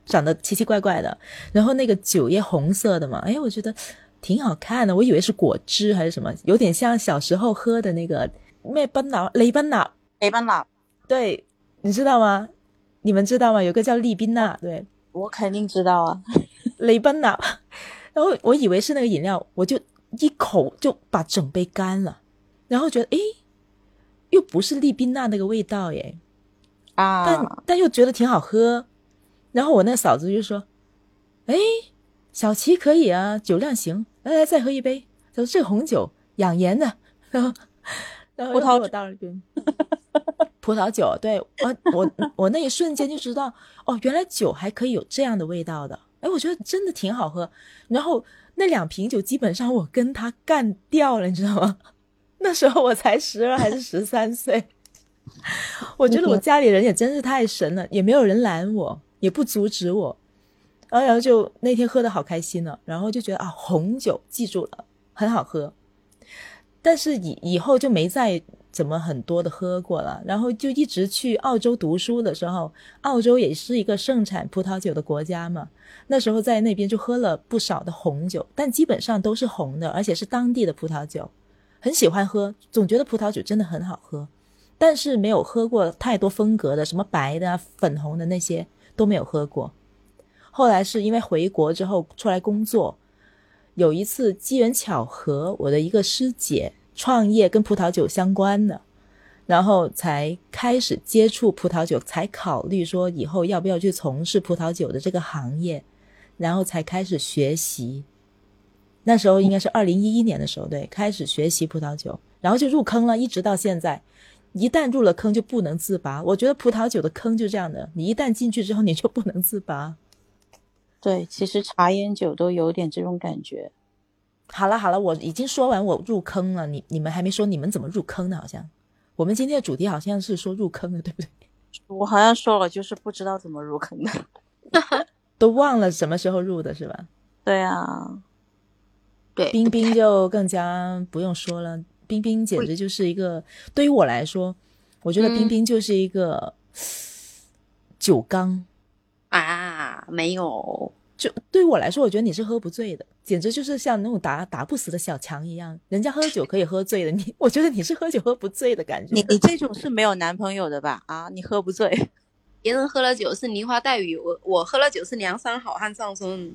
长得奇奇怪怪的，然后那个酒液红色的嘛，哎，我觉得挺好看的，我以为是果汁还是什么，有点像小时候喝的那个咩檳榔雷檳榔雷檳榔， 对，你知道吗？你们知道吗？有个叫利宾娜，对， 我肯定知道啊， 雷檳榔，然后我以为是那个饮料，我就一口就把整杯干了，然后觉得诶又不是利宾娜那个味道耶啊， 但但又觉得挺好喝，然后我那嫂子就说诶小齐可以啊，酒量行，来来再喝一杯，他说这红酒养颜的，然后然后又给我倒了一杯葡萄酒，对，我我我那一瞬间就知道哦，原来酒还可以有这样的味道的，哎，我觉得真的挺好喝，然后那两瓶酒基本上我跟他干掉了，你知道吗？那时候我才十二还是十三岁，我觉得我家里人也真是太神了，也没有人拦我，也不阻止我，然后就那天喝得好开心了，然后就觉得啊，红酒记住了，很好喝，但是以以后就没再怎么很多的喝过了，然后就一直去澳洲读书的时候，澳洲也是一个盛产葡萄酒的国家嘛，那时候在那边就喝了不少的红酒，但基本上都是红的，而且是当地的葡萄酒，很喜欢喝，总觉得葡萄酒真的很好喝，但是没有喝过太多风格的，什么白的啊粉红的那些都没有喝过。后来是因为回国之后出来工作，有一次机缘巧合，我的一个师姐创业跟葡萄酒相关的，然后才开始接触葡萄酒，才考虑说以后要不要去从事葡萄酒的这个行业，然后才开始学习。那时候应该是二零一一年的时候，对，开始学习葡萄酒，然后就入坑了，一直到现在，一旦入了坑就不能自拔。我觉得葡萄酒的坑就这样的，你一旦进去之后你就不能自拔。 对，其实茶烟酒都有点这种感觉。 好了好了，我已经说完我入坑了，你你们还没说你们怎么入坑的，好像我们今天的主题好像是说入坑的，对不对？ 我好像说了，就是不知道怎么入坑的都忘了什么时候入的是吧？ 对啊， 对， 冰冰就更加不用说了，冰冰简直就是一个，对于我来说我觉得冰冰就是一个、嗯、酒缸啊，没有， 就对于我来说我觉得你是喝不醉的，简直就是像那种打打不死的小强一样，人家喝酒可以喝醉的，你我觉得你是喝酒喝不醉的感觉。 你你这种是没有男朋友的吧？啊，你喝不醉， 别人喝了酒是梨花带雨，我我喝了酒是梁山好汉上身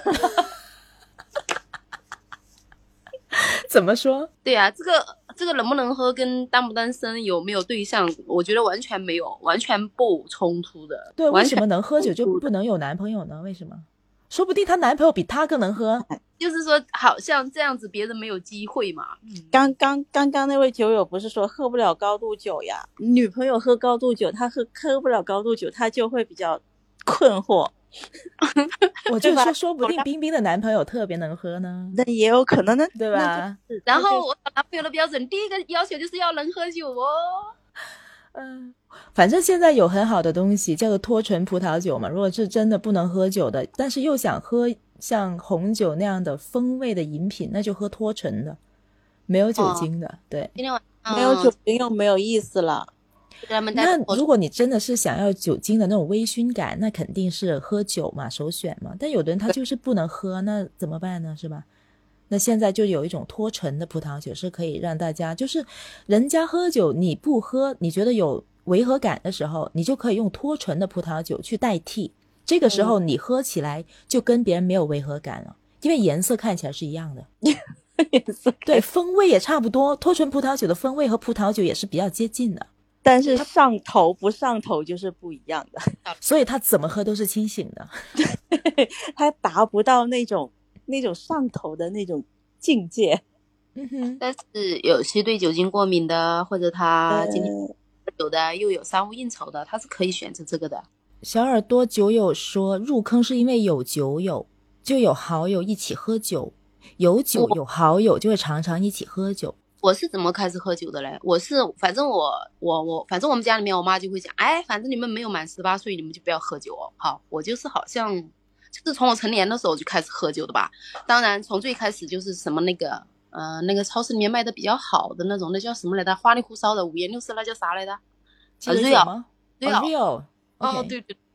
怎么说？ 对啊，这个这个能不能喝跟单不单身有没有对象，我觉得完全没有，完全不冲突的。 对，为什么能喝酒就不能有男朋友呢？为什么？说不定她男朋友比她更能喝。 就是说好像这样子别人没有机会嘛。 嗯，刚刚刚刚那位酒友不是说喝不了高度酒呀？女朋友喝高度酒，他喝喝不了高度酒，他就会比较困惑。 我就说说不定冰冰的男朋友特别能喝呢， 那也有可能呢， 对吧？ 然后我男朋友的标准第一个要求就是要能喝酒哦。 嗯，反正现在有很好的东西叫做脱醇葡萄酒嘛，如果是真的不能喝酒的，但是又想喝像红酒那样的风味的饮品，那就喝脱醇的，没有酒精的、哦、对， 今天晚上没有酒精又没有意思了。 那如果你真的是想要酒精的那种微醺感，那肯定是喝酒嘛，首选嘛。但有的人他就是不能喝，那怎么办呢？是吧？那现在就有一种脱醇的葡萄酒是可以让大家，就是人家喝酒你不喝，你觉得有违和感的时候，你就可以用脱醇的葡萄酒去代替，这个时候你喝起来就跟别人没有违和感了，因为颜色看起来是一样的颜色对，风味也差不多，脱醇葡萄酒的风味和葡萄酒也是比较接近的， 但是上头不上头就是不一样的， 所以他怎么喝都是清醒的他达不到那种那种上头的那种境界。 嗯哼，但是有些对酒精过敏的，或者他今天喝酒的又有商务应酬的，他是可以选择这个的。 小耳朵酒友说入坑是因为有酒友，就有好友一起喝酒，有酒有好友就会常常一起喝酒。 我是怎么开始喝酒的嘞？我是反正我我我反正我们家里面我妈就会讲，哎，反正你们没有满十八岁，你们就不要喝酒哦。好，我就是好像就是从我成年的时候就开始喝酒的吧。当然从最开始就是什么那个呃那个超市里面卖的比较好的那种，那叫什么来的？花里胡哨的五颜六色，那叫啥来的？ 鸡尾酒吗？ 对啊， Real 哦对对。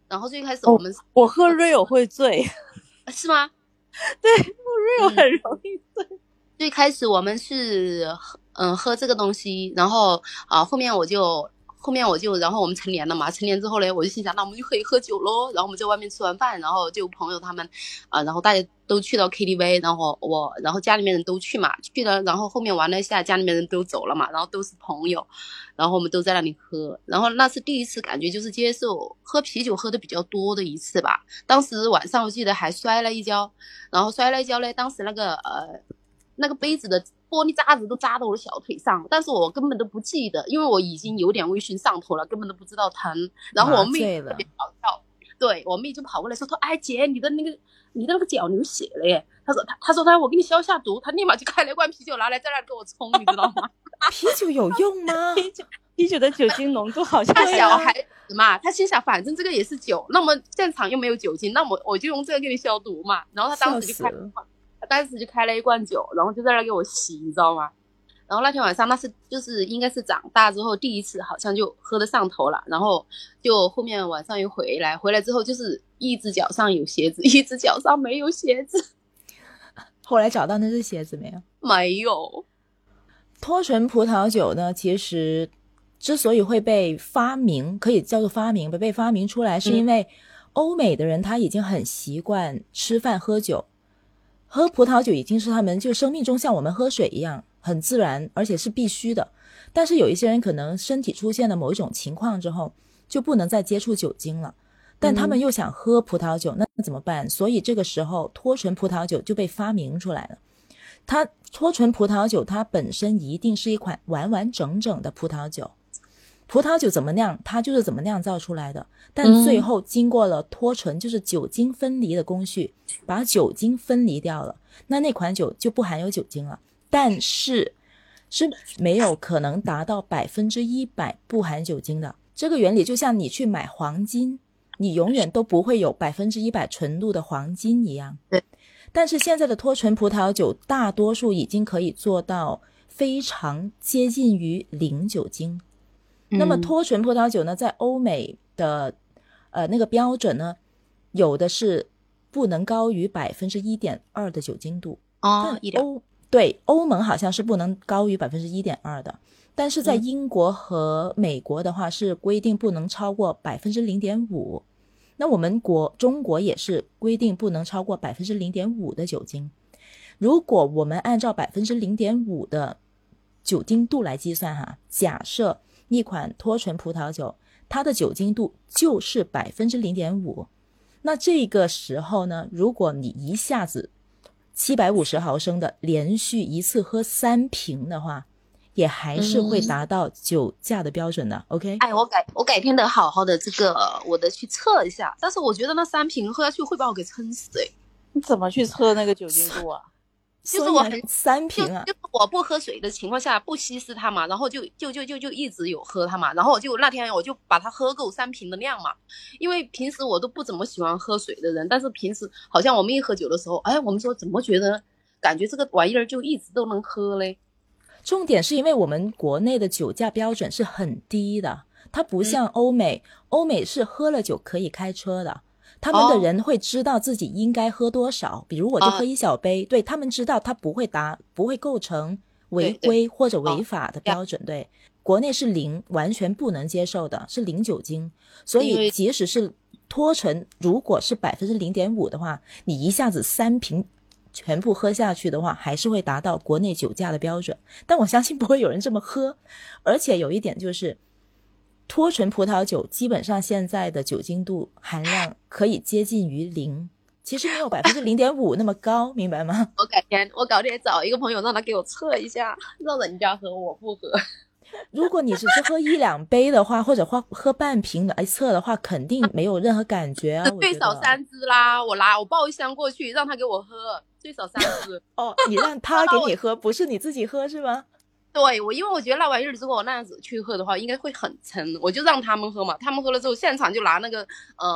然后最开始我们、哦、 我喝 Rio 会醉， 是吗？ 对，我 Rio 很容易醉。嗯、 最开始我们是嗯喝这个东西，然后啊后面我就。后面我就，然后我们成年了嘛，成年之后呢，我就心想，那我们就可以喝酒咯。然后我们在外面吃完饭，然后就朋友他们，啊、呃，然后大家都去到 K T V， 然后我，然后家里面人都去嘛，去了，然后后面玩了一下，家里面人都走了嘛，然后都是朋友，然后我们都在那里喝，然后那是第一次感觉就是接受喝啤酒喝的比较多的一次吧。当时晚上我记得还摔了一跤，然后摔了一跤呢，当时那个呃那个杯子的玻璃渣子都扎到我的小腿上，但是我根本都不记得，因为我已经有点微醺上头了，根本都不知道疼。然后我妹特别搞笑，对，我妹就跑过来说：“说哎姐，你的那个你的那个脚流血了耶。”她说她她说她我给你消下毒，她立马就开了一罐啤酒拿来在那给我冲，你知道吗？ 啤酒有用吗？ 啤酒啤酒的酒精浓度好像他小孩子嘛，他心想反正这个也是酒，那么现场又没有酒精，那么我就用这个给你消毒嘛。然后他当时就开。当时就开了一罐酒，然后就在那给我洗，你知道吗？然后那天晚上那是就是应该是长大之后第一次，好像就喝得上头了。然后就后面晚上又回来，回来之后就是一只脚上有鞋子，一只脚上没有鞋子。 后来找到那只鞋子没有？ 没有。 脱醇葡萄酒呢，其实之所以会被发明，可以叫做发明，被发明出来，是因为欧美的人他已经很习惯吃饭喝酒。喝葡萄酒已经是他们就生命中像我们喝水一样很自然，而且是必须的。但是有一些人可能身体出现了某一种情况之后就不能再接触酒精了，但他们又想喝葡萄酒，那怎么办？所以这个时候脱醇葡萄酒就被发明出来了。它脱醇葡萄酒它本身一定是一款完完整整的葡萄酒，葡萄酒怎么酿它就是怎么酿造出来的，但最后经过了脱醇，就是酒精分离的工序，把酒精分离掉了，那那款酒就不含有酒精了，但是是没有可能达到百分之一百不含酒精的。这个原理就像你去买黄金，你永远都不会有百分之一百纯度的黄金一样。 对， 但是现在的脱醇葡萄酒大多数已经可以做到非常接近于零酒精。那么脱醇葡萄酒呢，在欧美的呃那个标准呢，有的是不能高于百分之一点二的酒精度。 哦， 欧对欧盟好像是不能高于百分之一点二的，但是在英国和美国的话是规定不能超过百分之零点五。那我们国中国也是规定不能超过百分之零点五的酒精。如果我们按照百分之零点五的酒精度来计算哈，假设一款脱醇葡萄酒它的酒精度就是百分之零点五，那这个时候呢，如果你一下子七百五十毫升的连续一次喝三瓶的话，也还是会达到酒驾的标准的、嗯、OK。 哎，我改我改天得好好的这个我的去测一下，但是我觉得那三瓶喝下去会把我给撑死。哎， 你怎么去测那个酒精度啊？ 就是我很三瓶啊， 就，就是我不喝水的情况下不稀释它嘛，然后就就就就就一直有喝它嘛，然后我就那天我就把它喝够三瓶的量嘛，因为平时我都不怎么喜欢喝水的人，但是平时好像我们一喝酒的时候，哎，我们说怎么觉得感觉这个玩意儿就一直都能喝嘞。 重点是因为我们国内的酒驾标准是很低的，它不像欧美、嗯、欧美是喝了酒可以开车的，他们的人会知道自己应该喝多少、哦、比如我就喝一小杯、哦、对，他们知道他不会达不会构成违规或者违法的标准。 对, 对，国内是零，完全不能接受的，是零酒精，所以即使是脱醇如果是百分之零点五的话，你一下子三瓶全部喝下去的话，还是会达到国内酒驾的标准，但我相信不会有人这么喝。而且有一点就是脱醇葡萄酒基本上现在的酒精度含量可以接近于零，其实没有百分之零点五那么高，明白吗？ 我改天我搞点找一个朋友让他给我测一下，让人家喝我不喝。 如果你只是喝一两杯的话，或者喝喝半瓶来测的话，肯定没有任何感觉啊。 最少三支啦，我拿我抱一箱过去让他给我喝，最少三支。 哦，你让他给你喝，不是你自己喝是吗？ 对，我因为我觉得那玩意儿如果我那样子去喝的话应该会很撑，我就让他们喝嘛，他们喝了之后现场就拿那个呃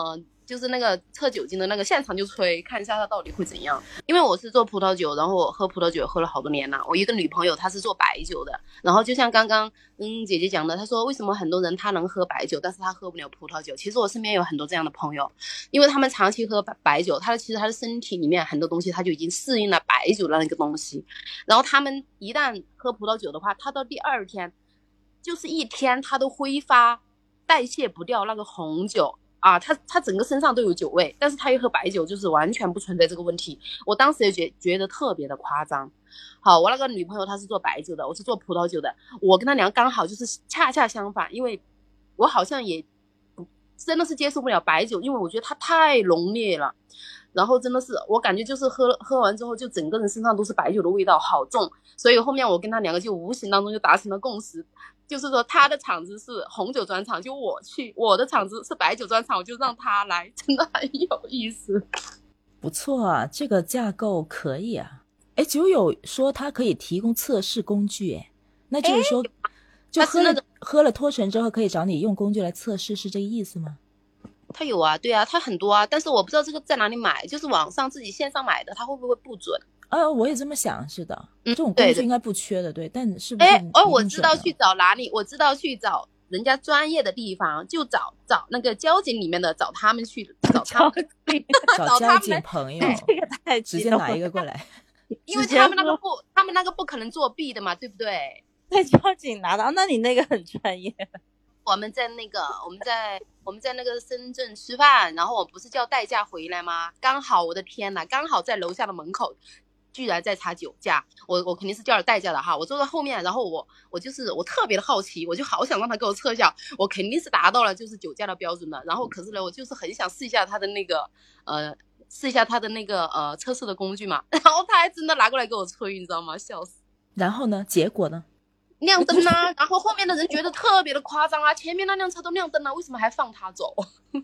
就是那个测酒精的那个现场就吹，看一下它到底会怎样。因为我是做葡萄酒，然后我喝葡萄酒喝了好多年了。我一个女朋友她是做白酒的，然后就像刚刚嗯姐姐讲的，她说为什么很多人她能喝白酒，但是她喝不了葡萄酒。其实我身边有很多这样的朋友，因为他们长期喝白酒，他的其实他的身体里面很多东西他就已经适应了白酒的那个东西，然后他们一旦喝葡萄酒的话，他到第二天就是一天他都挥发代谢不掉那个红酒啊，他他整个身上都有酒味，但是他一喝白酒就是完全不存在这个问题。我当时也觉觉得特别的夸张。好，我那个女朋友她是做白酒的，我是做葡萄酒的，我跟她俩刚好就是恰恰相反，因为我好像也真的是接受不了白酒，因为我觉得它太浓烈了，然后真的是我感觉就是喝喝完之后就整个人身上都是白酒的味道，好重。所以后面我跟他两个就无形当中就达成了共识，就是说他的场子是红酒专场就我去，我的场子是白酒专场我就让他来，真的很有意思。 不错啊，这个架构可以啊。哎，酒友说他可以提供测试工具，哎，那就是说就喝了喝了脱醇之后可以找你用工具来测试，是这个意思吗？ 他有啊，对啊，他很多啊，但是我不知道这个在哪里买，就是网上自己线上买的，他会不会不准？ 呃，我也这么想，是的， 嗯， 这种工具应该不缺的， 对, 对，但是不是？ 哎，哦，我知道去找哪里，我知道去找人家专业的地方，就找找那个交警里面的，找他们去，找他们， 找交警朋友， 这个太直接拿一个过来， 因为他们那个不，他们那个不可能作弊的嘛，对不对？ 在交警拿到，那你那个很专业。 我们在那个我们在我们在那个深圳吃饭，然后我不是叫代驾回来吗？刚好我的天哪，刚好在楼下的门口居然在查酒驾，我我肯定是叫了代驾的哈，我坐在后面，然后我我就是我特别的好奇，我就好想让他给我测一下，我肯定是达到了就是酒驾的标准的，然后可是呢我就是很想试一下他的那个呃试一下他的那个呃测试的工具嘛，然后他还真的拿过来给我吹，你知道吗？笑死。 然后呢，结果呢？ 亮灯啊，然后后面的人觉得特别的夸张啊，前面那辆车都亮灯了，为什么还放他走？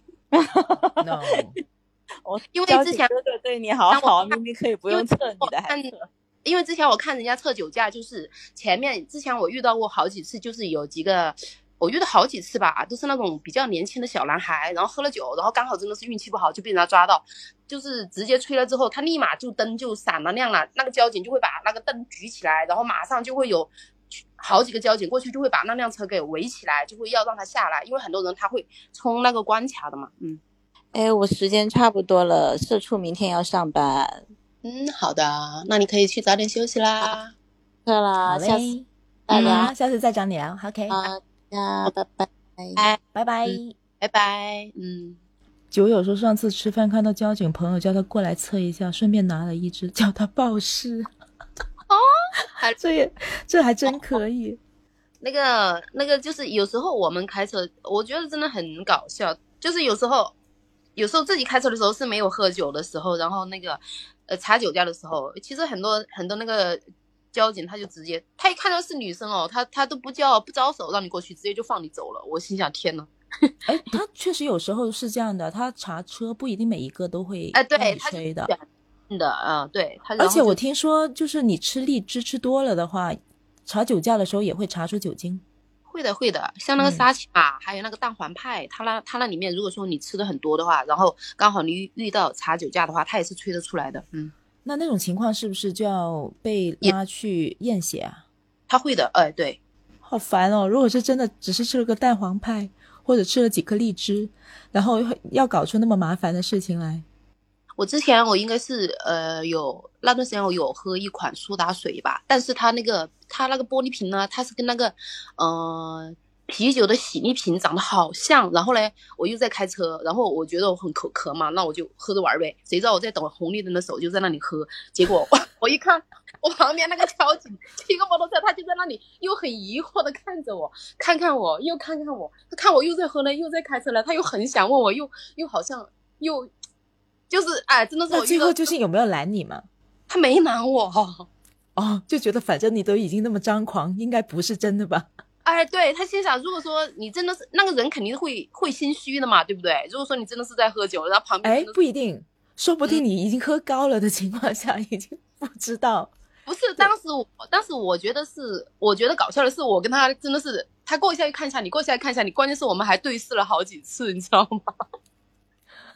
no 因为之前哥哥对你好好，明明可以不用测你的还测。 因为之前我看人家测酒驾，就是前面之前我遇到过好几次，就是有几个我遇到好几次吧，都是那种比较年轻的小男孩，然后喝了酒，然后刚好真的是运气不好就被人家抓到，就是直接吹了之后他立马就灯就闪了亮了，那个交警就会把那个灯举起来，然后马上就会有好几个交警过去就会把那辆车给围起来，就会要让他下来，因为很多人他会冲那个关卡的嘛。嗯， 哎，我时间差不多了，社畜明天要上班。 嗯，好的，那你可以去早点休息啦。 对啦，下次大家、 嗯、下次再找你聊 OK 好呀，拜拜拜拜拜、 嗯、拜拜。嗯， 酒友说上次吃饭看到交警朋友叫他过来测一下，顺便拿了一支叫他报失。 哦， 这也这还真可以。 那个那个就是有时候我们开车，我觉得真的很搞笑，就是有时候有时候自己开车的时候是没有喝酒的时候，然后那个呃查酒驾的时候，其实很多很多那个交警他就直接他一看到是女生哦，他他都不叫不招手让你过去，直接就放你走了。我心想天哪。 哎，他确实有时候是这样的，他查车不一定每一个都会哎对吹的。 的啊，对，他而且我听说，就是你吃荔枝吃多了的话，查酒驾的时候也会查出酒精。 会的，会的，像那个沙琪玛、嗯，还有那个蛋黄派，它那它那里面，如果说你吃的很多的话，然后刚好你遇到查酒驾的话，它也是吹得出来的。嗯， 那那种情况是不是就要被拉去验血啊？ 他会的，哎，对。 好烦哦！如果是真的只是吃了个蛋黄派，或者吃了几颗荔枝，然后要搞出那么麻烦的事情来。 我之前我应该是呃有那段时间我有喝一款苏打水吧，但是它那个它那个玻璃瓶呢，它是跟那个呃啤酒的喜力瓶长得好像，然后呢我又在开车，然后我觉得我很口渴嘛，那我就喝着玩呗，谁知道我在等红绿灯的时候就在那里喝，结果我一看我旁边那个交警骑个摩托车，他就在那里又很疑惑的看着我，看看我又看看我，他看我又在喝呢又在开车了，他又很想问我，又又好像又就是哎，真的是我最后究竟有没有拦你吗？ 他没拦我哦，就觉得反正你都已经那么张狂，应该不是真的吧？ 哎，对，他心想，如果说你真的是那个人，肯定会会心虚的嘛，对不对？如果说你真的是在喝酒，然后旁边哎，不一定，说不定你已经喝高了的情况下，嗯、已经不知道。 不是，当时我当时我觉得是，我觉得搞笑的是，我跟他真的是，他过一下又看一下，你过一下看一下，你关键是我们还对视了好几次，你知道吗？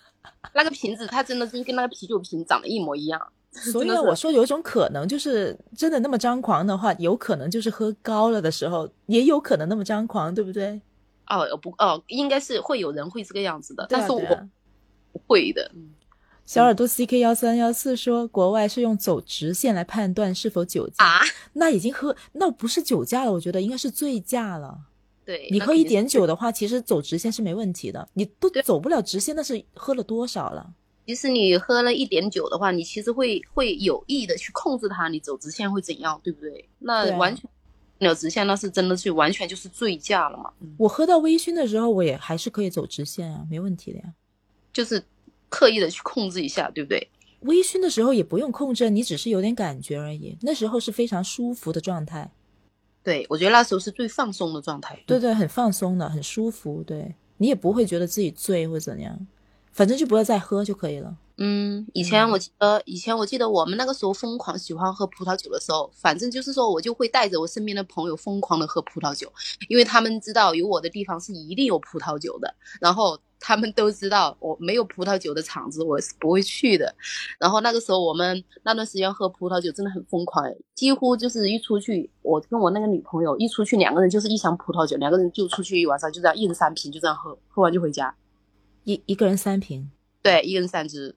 那个瓶子它真的就跟那个啤酒瓶长得一模一样。 所以呢，我说有一种可能就是真的那么张狂的话，有可能就是喝高了的时候也有可能那么张狂，对不对？ 哦不哦，应该是会有人会这个样子的， 啊、 但是我不会的。 小耳朵 C K 一三一四 说国外是用走直线来判断是否酒驾、 啊、 那已经喝那不是酒驾了，我觉得应该是醉驾了。 对， 你喝一点酒的话其实走直线是没问题的，你都走不了直线那是喝了多少了。 其实你喝了一点酒的话，你其实会会有意的去控制它，你走直线会怎样，对不对？那完全没有直线，那是真的是完全就是醉驾了嘛。 我喝到微醺的时候我也还是可以走直线啊，没问题的呀， 就是刻意的去控制一下，对不对？ 微醺的时候也不用控制，你只是有点感觉而已，那时候是非常舒服的状态。 对，我觉得那时候是最放松的状态。 对对，很放松的，很舒服。对，你也不会觉得自己醉或怎样，反正就不要再喝就可以了。 嗯，以前我记得、嗯、以前我记得我们那个时候疯狂喜欢喝葡萄酒的时候，反正就是说我就会带着我身边的朋友疯狂的喝葡萄酒，因为他们知道有我的地方是一定有葡萄酒的，然后他们都知道我没有葡萄酒的场子我是不会去的。然后那个时候我们那段时间喝葡萄酒真的很疯狂，几乎就是一出去，我跟我那个女朋友一出去，两个人就是一箱葡萄酒，两个人就出去一晚上，就这样一人三瓶，就这样喝，喝完就回家。 一一个人三瓶？ 对，一人三支。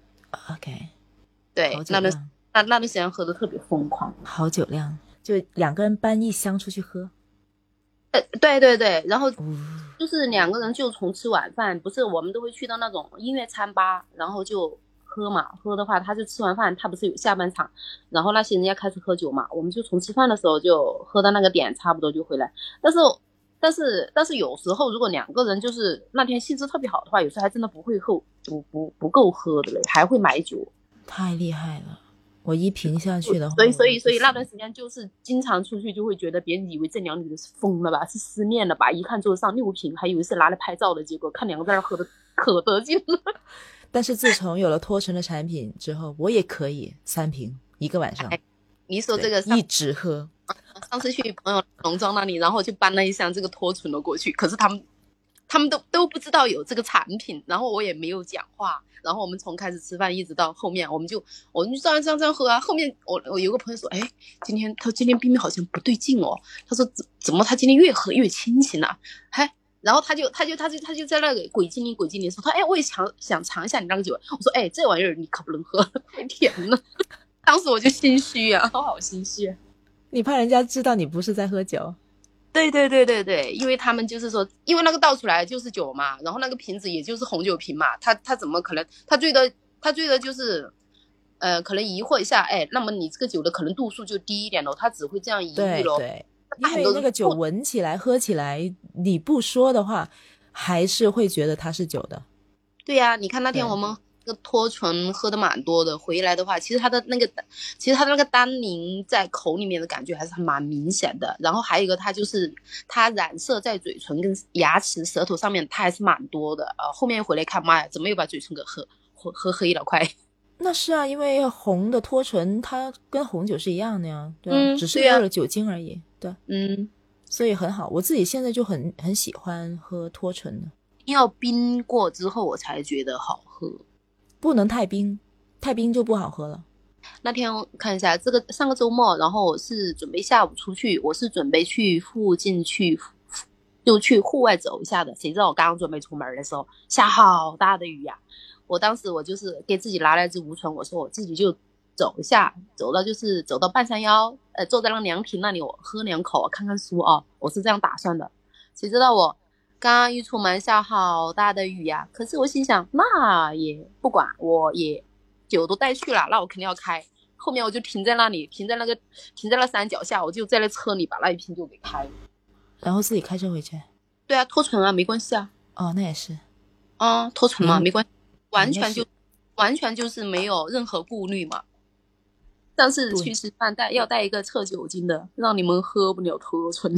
OK， 对，那段那那段时间喝的特别疯狂， 好酒量，就两个人搬一箱出去喝。 呃，对对对，然后就是两个人就从吃晚饭，不是我们都会去到那种音乐餐吧，然后就喝嘛，喝的话他就吃完饭，他不是有下半场，然后那些人家开始喝酒嘛，我们就从吃饭的时候就喝到那个点，差不多就回来。但是但是但是有时候如果两个人就是那天兴致特别好的话，有时候还真的不会喝，不不不够喝的嘞，还会买酒。 太厉害了，我一瓶下去的话， 所以所以所以那段时间就是经常出去就会觉得别人以为这两女的是疯了吧，是失恋了吧，一看桌上六瓶还以为是拿来拍照的，结果看两个在那喝的可得劲了。 但是自从有了脱醇的产品之后，我也可以三瓶一个晚上。 哎、你说这个一直喝。 上次去朋友农庄那里，然后就搬了一箱这个脱醇的过去，可是他们他们都都不知道有这个产品，然后我也没有讲话，然后我们从开始吃饭一直到后面，我们就我们就这样这样这样喝啊。后面我我有个朋友说，哎，今天他今天冰冰好像不对劲哦，他说怎怎么他今天越喝越清醒啊？嗨，然后他就他就他就他就在那个鬼精灵鬼精灵说，他哎我也想想尝一下你那个酒，我说哎这玩意儿你可不能喝，太甜了。当时我就心虚啊，我好心虚啊。 你怕人家知道你不是在喝酒？ 对对对对对，因为他们就是说，因为那个倒出来就是酒嘛，然后那个瓶子也就是红酒瓶嘛，他他怎么可能，他最多他最多就是呃可能疑惑一下，哎，那么你这个酒的可能度数就低一点咯，他只会这样疑虑咯。 对对，因为那个酒闻起来喝起来你不说的话还是会觉得它是酒的。 对呀、啊，你看那天我们这个脱醇喝的蛮多的，回来的话其实它的那个其实它的那个单宁在口里面的感觉还是蛮明显的，然后还有一个它就是它染色在嘴唇跟牙齿舌头上面它还是蛮多的，呃，后面回来看妈呀怎么又把嘴唇给喝喝喝黑了快。 那是啊，因为红的脱醇它跟红酒是一样的呀，对吧、 嗯、 只是为了酒精而已。 对, 对嗯， 所以很好，我自己现在就很很喜欢喝脱醇的， 要冰过之后我才觉得好喝， 不能太冰，太冰就不好喝了。 那天我看一下这个上个周末，然后我是准备下午出去，我是准备去附近去就去户外走一下的，谁知道我刚刚准备出门的时候下好大的雨呀、啊！我当时我就是给自己拿了一支无醇，我说我自己就走一下，走到就是走到半山腰，呃，坐在那凉亭那里，我喝两口，看看书啊，我是这样打算的。谁知道我刚刚一出门下好大的雨呀、啊！可是我心想，那也不管，我也酒都带去了，那我肯定要开。后面我就停在那里，停在那个停在那山脚下，我就在那车里把那一瓶酒给开了， 然后自己开车回去。 对啊，脱醇啊，没关系啊。 哦，那也是。 啊、嗯，脱醇嘛、嗯，没关系，完全就完全就是没有任何顾虑嘛。上次去吃饭带要带一个测酒精的，让你们喝不了脱醇。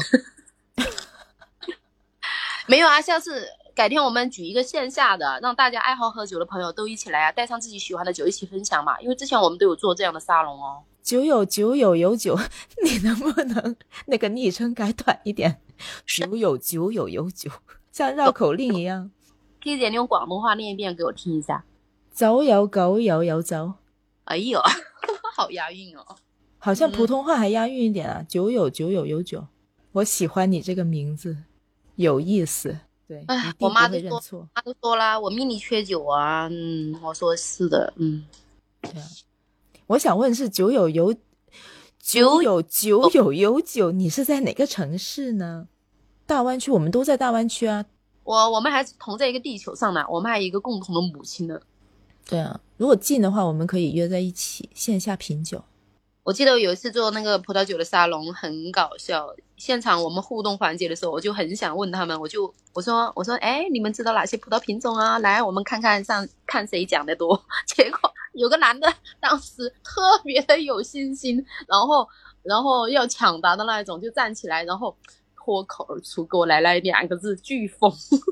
没有啊，下次改天我们举一个线下的，让大家爱好喝酒的朋友都一起来啊，带上自己喜欢的酒一起分享嘛。因为之前我们都有做这样的沙龙哦。 酒友酒友有酒，你能不能那个昵称改短一点？酒友酒友有酒，像绕口令一样。 可以姐，你用广东话念一遍给我听一下。 走有狗，有有走。 哎呦，好押韵哦！ 好像普通话还押韵一点啊，嗯、酒有酒有有酒。我喜欢你这个名字，有意思。对，一定不会认错。 我妈都说啦，我命里缺酒啊。嗯，我说是的，嗯。 对啊，我想问是酒有有酒有酒有有酒，你是在哪个城市呢？大湾区，我们都在大湾区啊。 我我们还同在一个地球上呢，我们还有一个共同的母亲呢。 对啊，如果近的话，我们可以约在一起线下品酒。 我记得有一次做那个葡萄酒的沙龙，很搞笑。现场我们互动环节的时候，我就很想问他们，我就我说我说，哎，你们知道哪些葡萄品种啊？来，我们看看上看谁讲的多。结果有个男的当时特别的有信心，然后然后要抢答的那一种，就站起来，然后脱口而出给我来了两个字：飓风。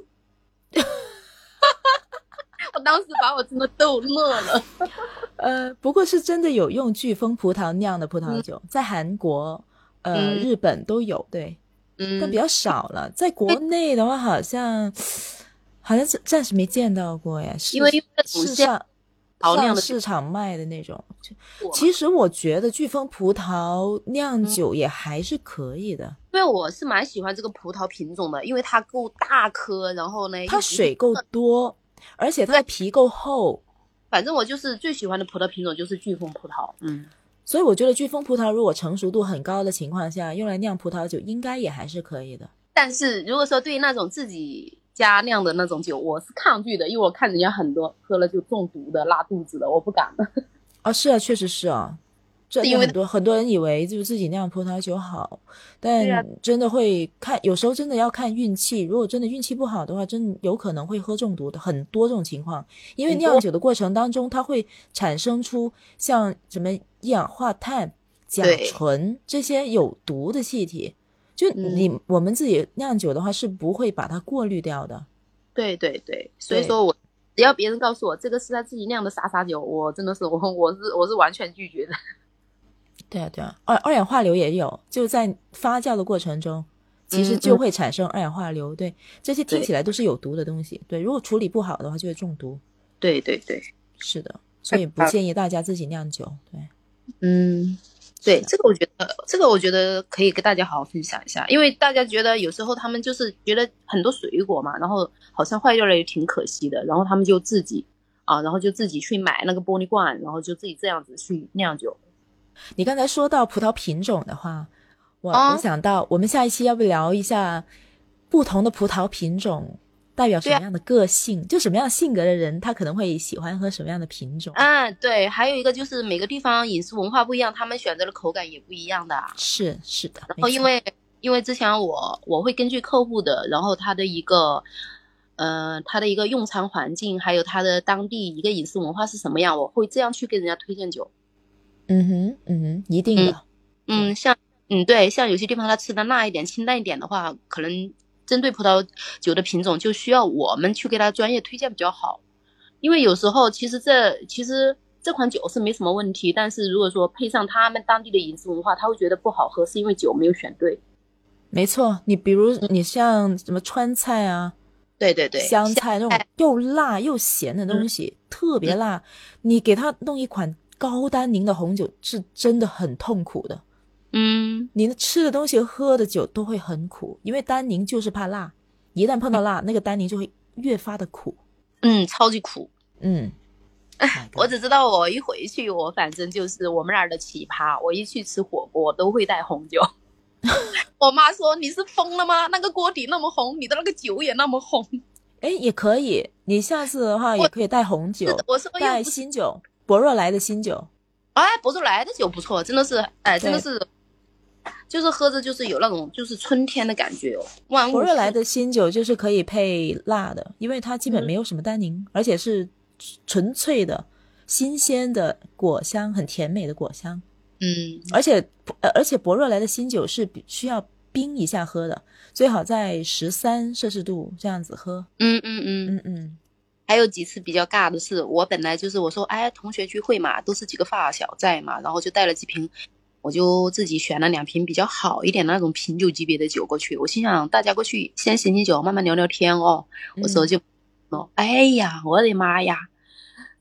我当时把我真的逗乐了。 呃，不过是真的有用飓风葡萄酿的葡萄酒，嗯、在韩国、呃、嗯、日本都有，对，嗯，但比较少了。在国内的话，好像好像是暂时没见到过呀， 因为市场上市场卖的那种。其实我觉得飓风葡萄酿酒也还是可以的， 因为我是蛮喜欢这个葡萄品种的，因为它够大颗，然后呢， 它水够多。而且它的皮够厚， 反正我就是最喜欢的葡萄品种就是飓风葡萄，嗯， 所以我觉得飓风葡萄如果成熟度很高的情况下，用来酿葡萄酒应该也还是可以的。 但是如果说对于那种自己家酿的那种酒，我是抗拒的，因为我看人家很多喝了就中毒的、拉肚子的，我不敢的。 啊，是啊，确实是啊。这因为很多很多人以为就是自己酿葡萄酒好，但真的会看，有时候真的要看运气。如果真的运气不好的话，真有可能会喝中毒的，很多这种情况。因为酿酒的过程当中，它会产生出像什么一氧化碳、甲醇这些有毒的气体，就你、嗯、我们自己酿酒的话是不会把它过滤掉的。 对对对，所以说我只要别人告诉我这个是他自己酿的啥啥酒，我真的是我我是我是完全拒绝的。 对啊对啊，二二氧化硫也有，就在发酵的过程中其实就会产生二氧化硫，嗯嗯对，这些听起来都是有毒的东西， 对, 对，如果处理不好的话就会中毒。 对对对， 是的，所以不建议大家自己酿酒。对， 嗯，对，这个我觉得这个我觉得可以跟大家好好分享一下，因为大家觉得有时候他们就是觉得很多水果嘛，然后好像坏掉了也挺可惜的，然后他们就自己啊，然后就自己去买那个玻璃罐，然后就自己这样子去酿酒。 你刚才说到葡萄品种的话，我、哦、我想到我们下一期要不聊一下不同的葡萄品种代表什么样的个性、啊、就什么样性格的人他可能会喜欢喝什么样的品种。 嗯，对，还有一个就是每个地方饮食文化不一样，他们选择的口感也不一样的。 是是的， 然后因为因为之前我我会根据客户的，然后他的一个呃他的一个用餐环境，还有他的当地一个饮食文化是什么样，我会这样去跟人家推荐酒。 嗯哼，嗯哼，一定的。 嗯，嗯像嗯对，像有些地方他吃的辣一点、清淡一点的话，可能针对葡萄酒的品种就需要我们去给他专业推荐比较好。因为有时候其实这其实这款酒是没什么问题，但是如果说配上他们当地的饮食文化，他会觉得不好喝，是因为酒没有选对。 没错，你比如你像什么川菜啊， 对对对， 湘菜那种又辣又咸的东西、嗯、特别辣、嗯、你给他弄一款高单宁的红酒是真的很痛苦的。 嗯， 你吃的东西喝的酒都会很苦，因为单宁就是怕辣，一旦碰到辣、嗯、那个单宁就会越发的苦。 嗯，超级苦。 嗯， 我只知道我一回去我反正就是我们那儿的奇葩，我一去吃火锅都会带红酒。我妈说你是疯了吗？那个锅底那么红，你的那个酒也那么红。 哎，也可以，你下次的话也可以带红酒， 我说带新酒，博若来的新酒。 哎，博若来的酒不错，真的是，哎，真的是，就是喝着就是有那种就是春天的感觉哦。万物博若来的新酒就是可以配辣的，因为它基本没有什么单宁、嗯、而且是纯粹的新鲜的果香，很甜美的果香。 嗯， 而且而且博若来的新酒是需要冰一下喝的，最好在十三摄氏度这样子喝。 嗯嗯嗯嗯嗯。 还有几次比较尬的是，我本来就是我说哎同学聚会嘛，都是几个发小在嘛，然后就带了几瓶，我就自己选了两瓶比较好一点的那种品酒级别的酒过去。我心想大家过去先醒醒酒，慢慢聊聊天哦。我说就、嗯、哎呀我的妈呀，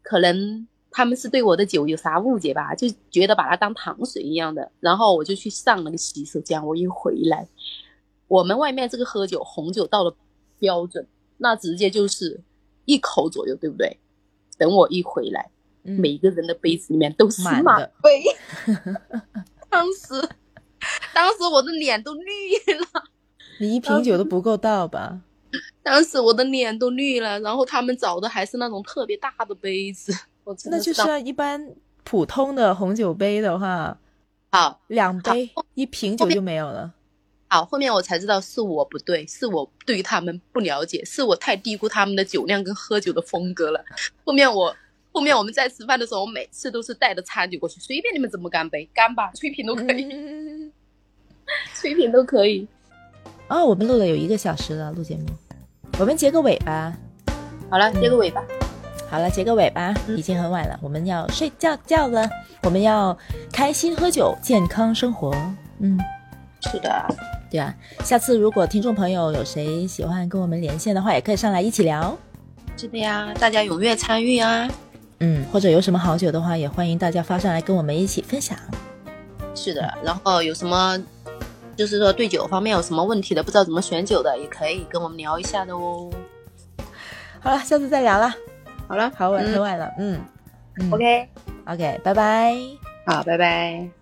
可能他们是对我的酒有啥误解吧，就觉得把它当糖水一样的，然后我就去上那个洗手间。我一回来，我们外面这个喝酒红酒到了标准，那直接就是一口左右，对不对？等我一回来，嗯、每个人的杯子里面都是满杯。当时当时我的脸都绿了。 你一瓶酒都不够倒吧？ 当时我的脸都绿了，然后他们找的还是那种特别大的杯子。我真的那就是、啊、一般普通的红酒杯的话， 好， 两杯一瓶酒就没有了。 好，后面我才知道是我不对，是我对于他们不了解，是我太低估他们的酒量跟喝酒的风格了。后面我后面我们在吃饭的时候，我每次都是带着餐酒过去，随便你们怎么干杯，干吧，吹瓶都可以，嗯、吹瓶都可以。 哦，我们录了有一个小时了，录节目，我们结个尾吧。 好了，结个尾吧。 嗯、好了，结个尾吧，嗯、已经很晚了，我们要睡觉觉了。我们要开心喝酒，健康生活。嗯， 是的， 对啊。下次如果听众朋友有谁喜欢跟我们连线的话，也可以上来一起聊。 是的呀，大家踊跃参与啊。 嗯，或者有什么好酒的话，也欢迎大家发上来跟我们一起分享。 是的，然后有什么就是说对酒方面有什么问题的，不知道怎么选酒的，也可以跟我们聊一下的哦。 好了，下次再聊了。 好了， 好晚，很晚了。嗯, 嗯 ，OK OK， 拜拜。 好，拜拜。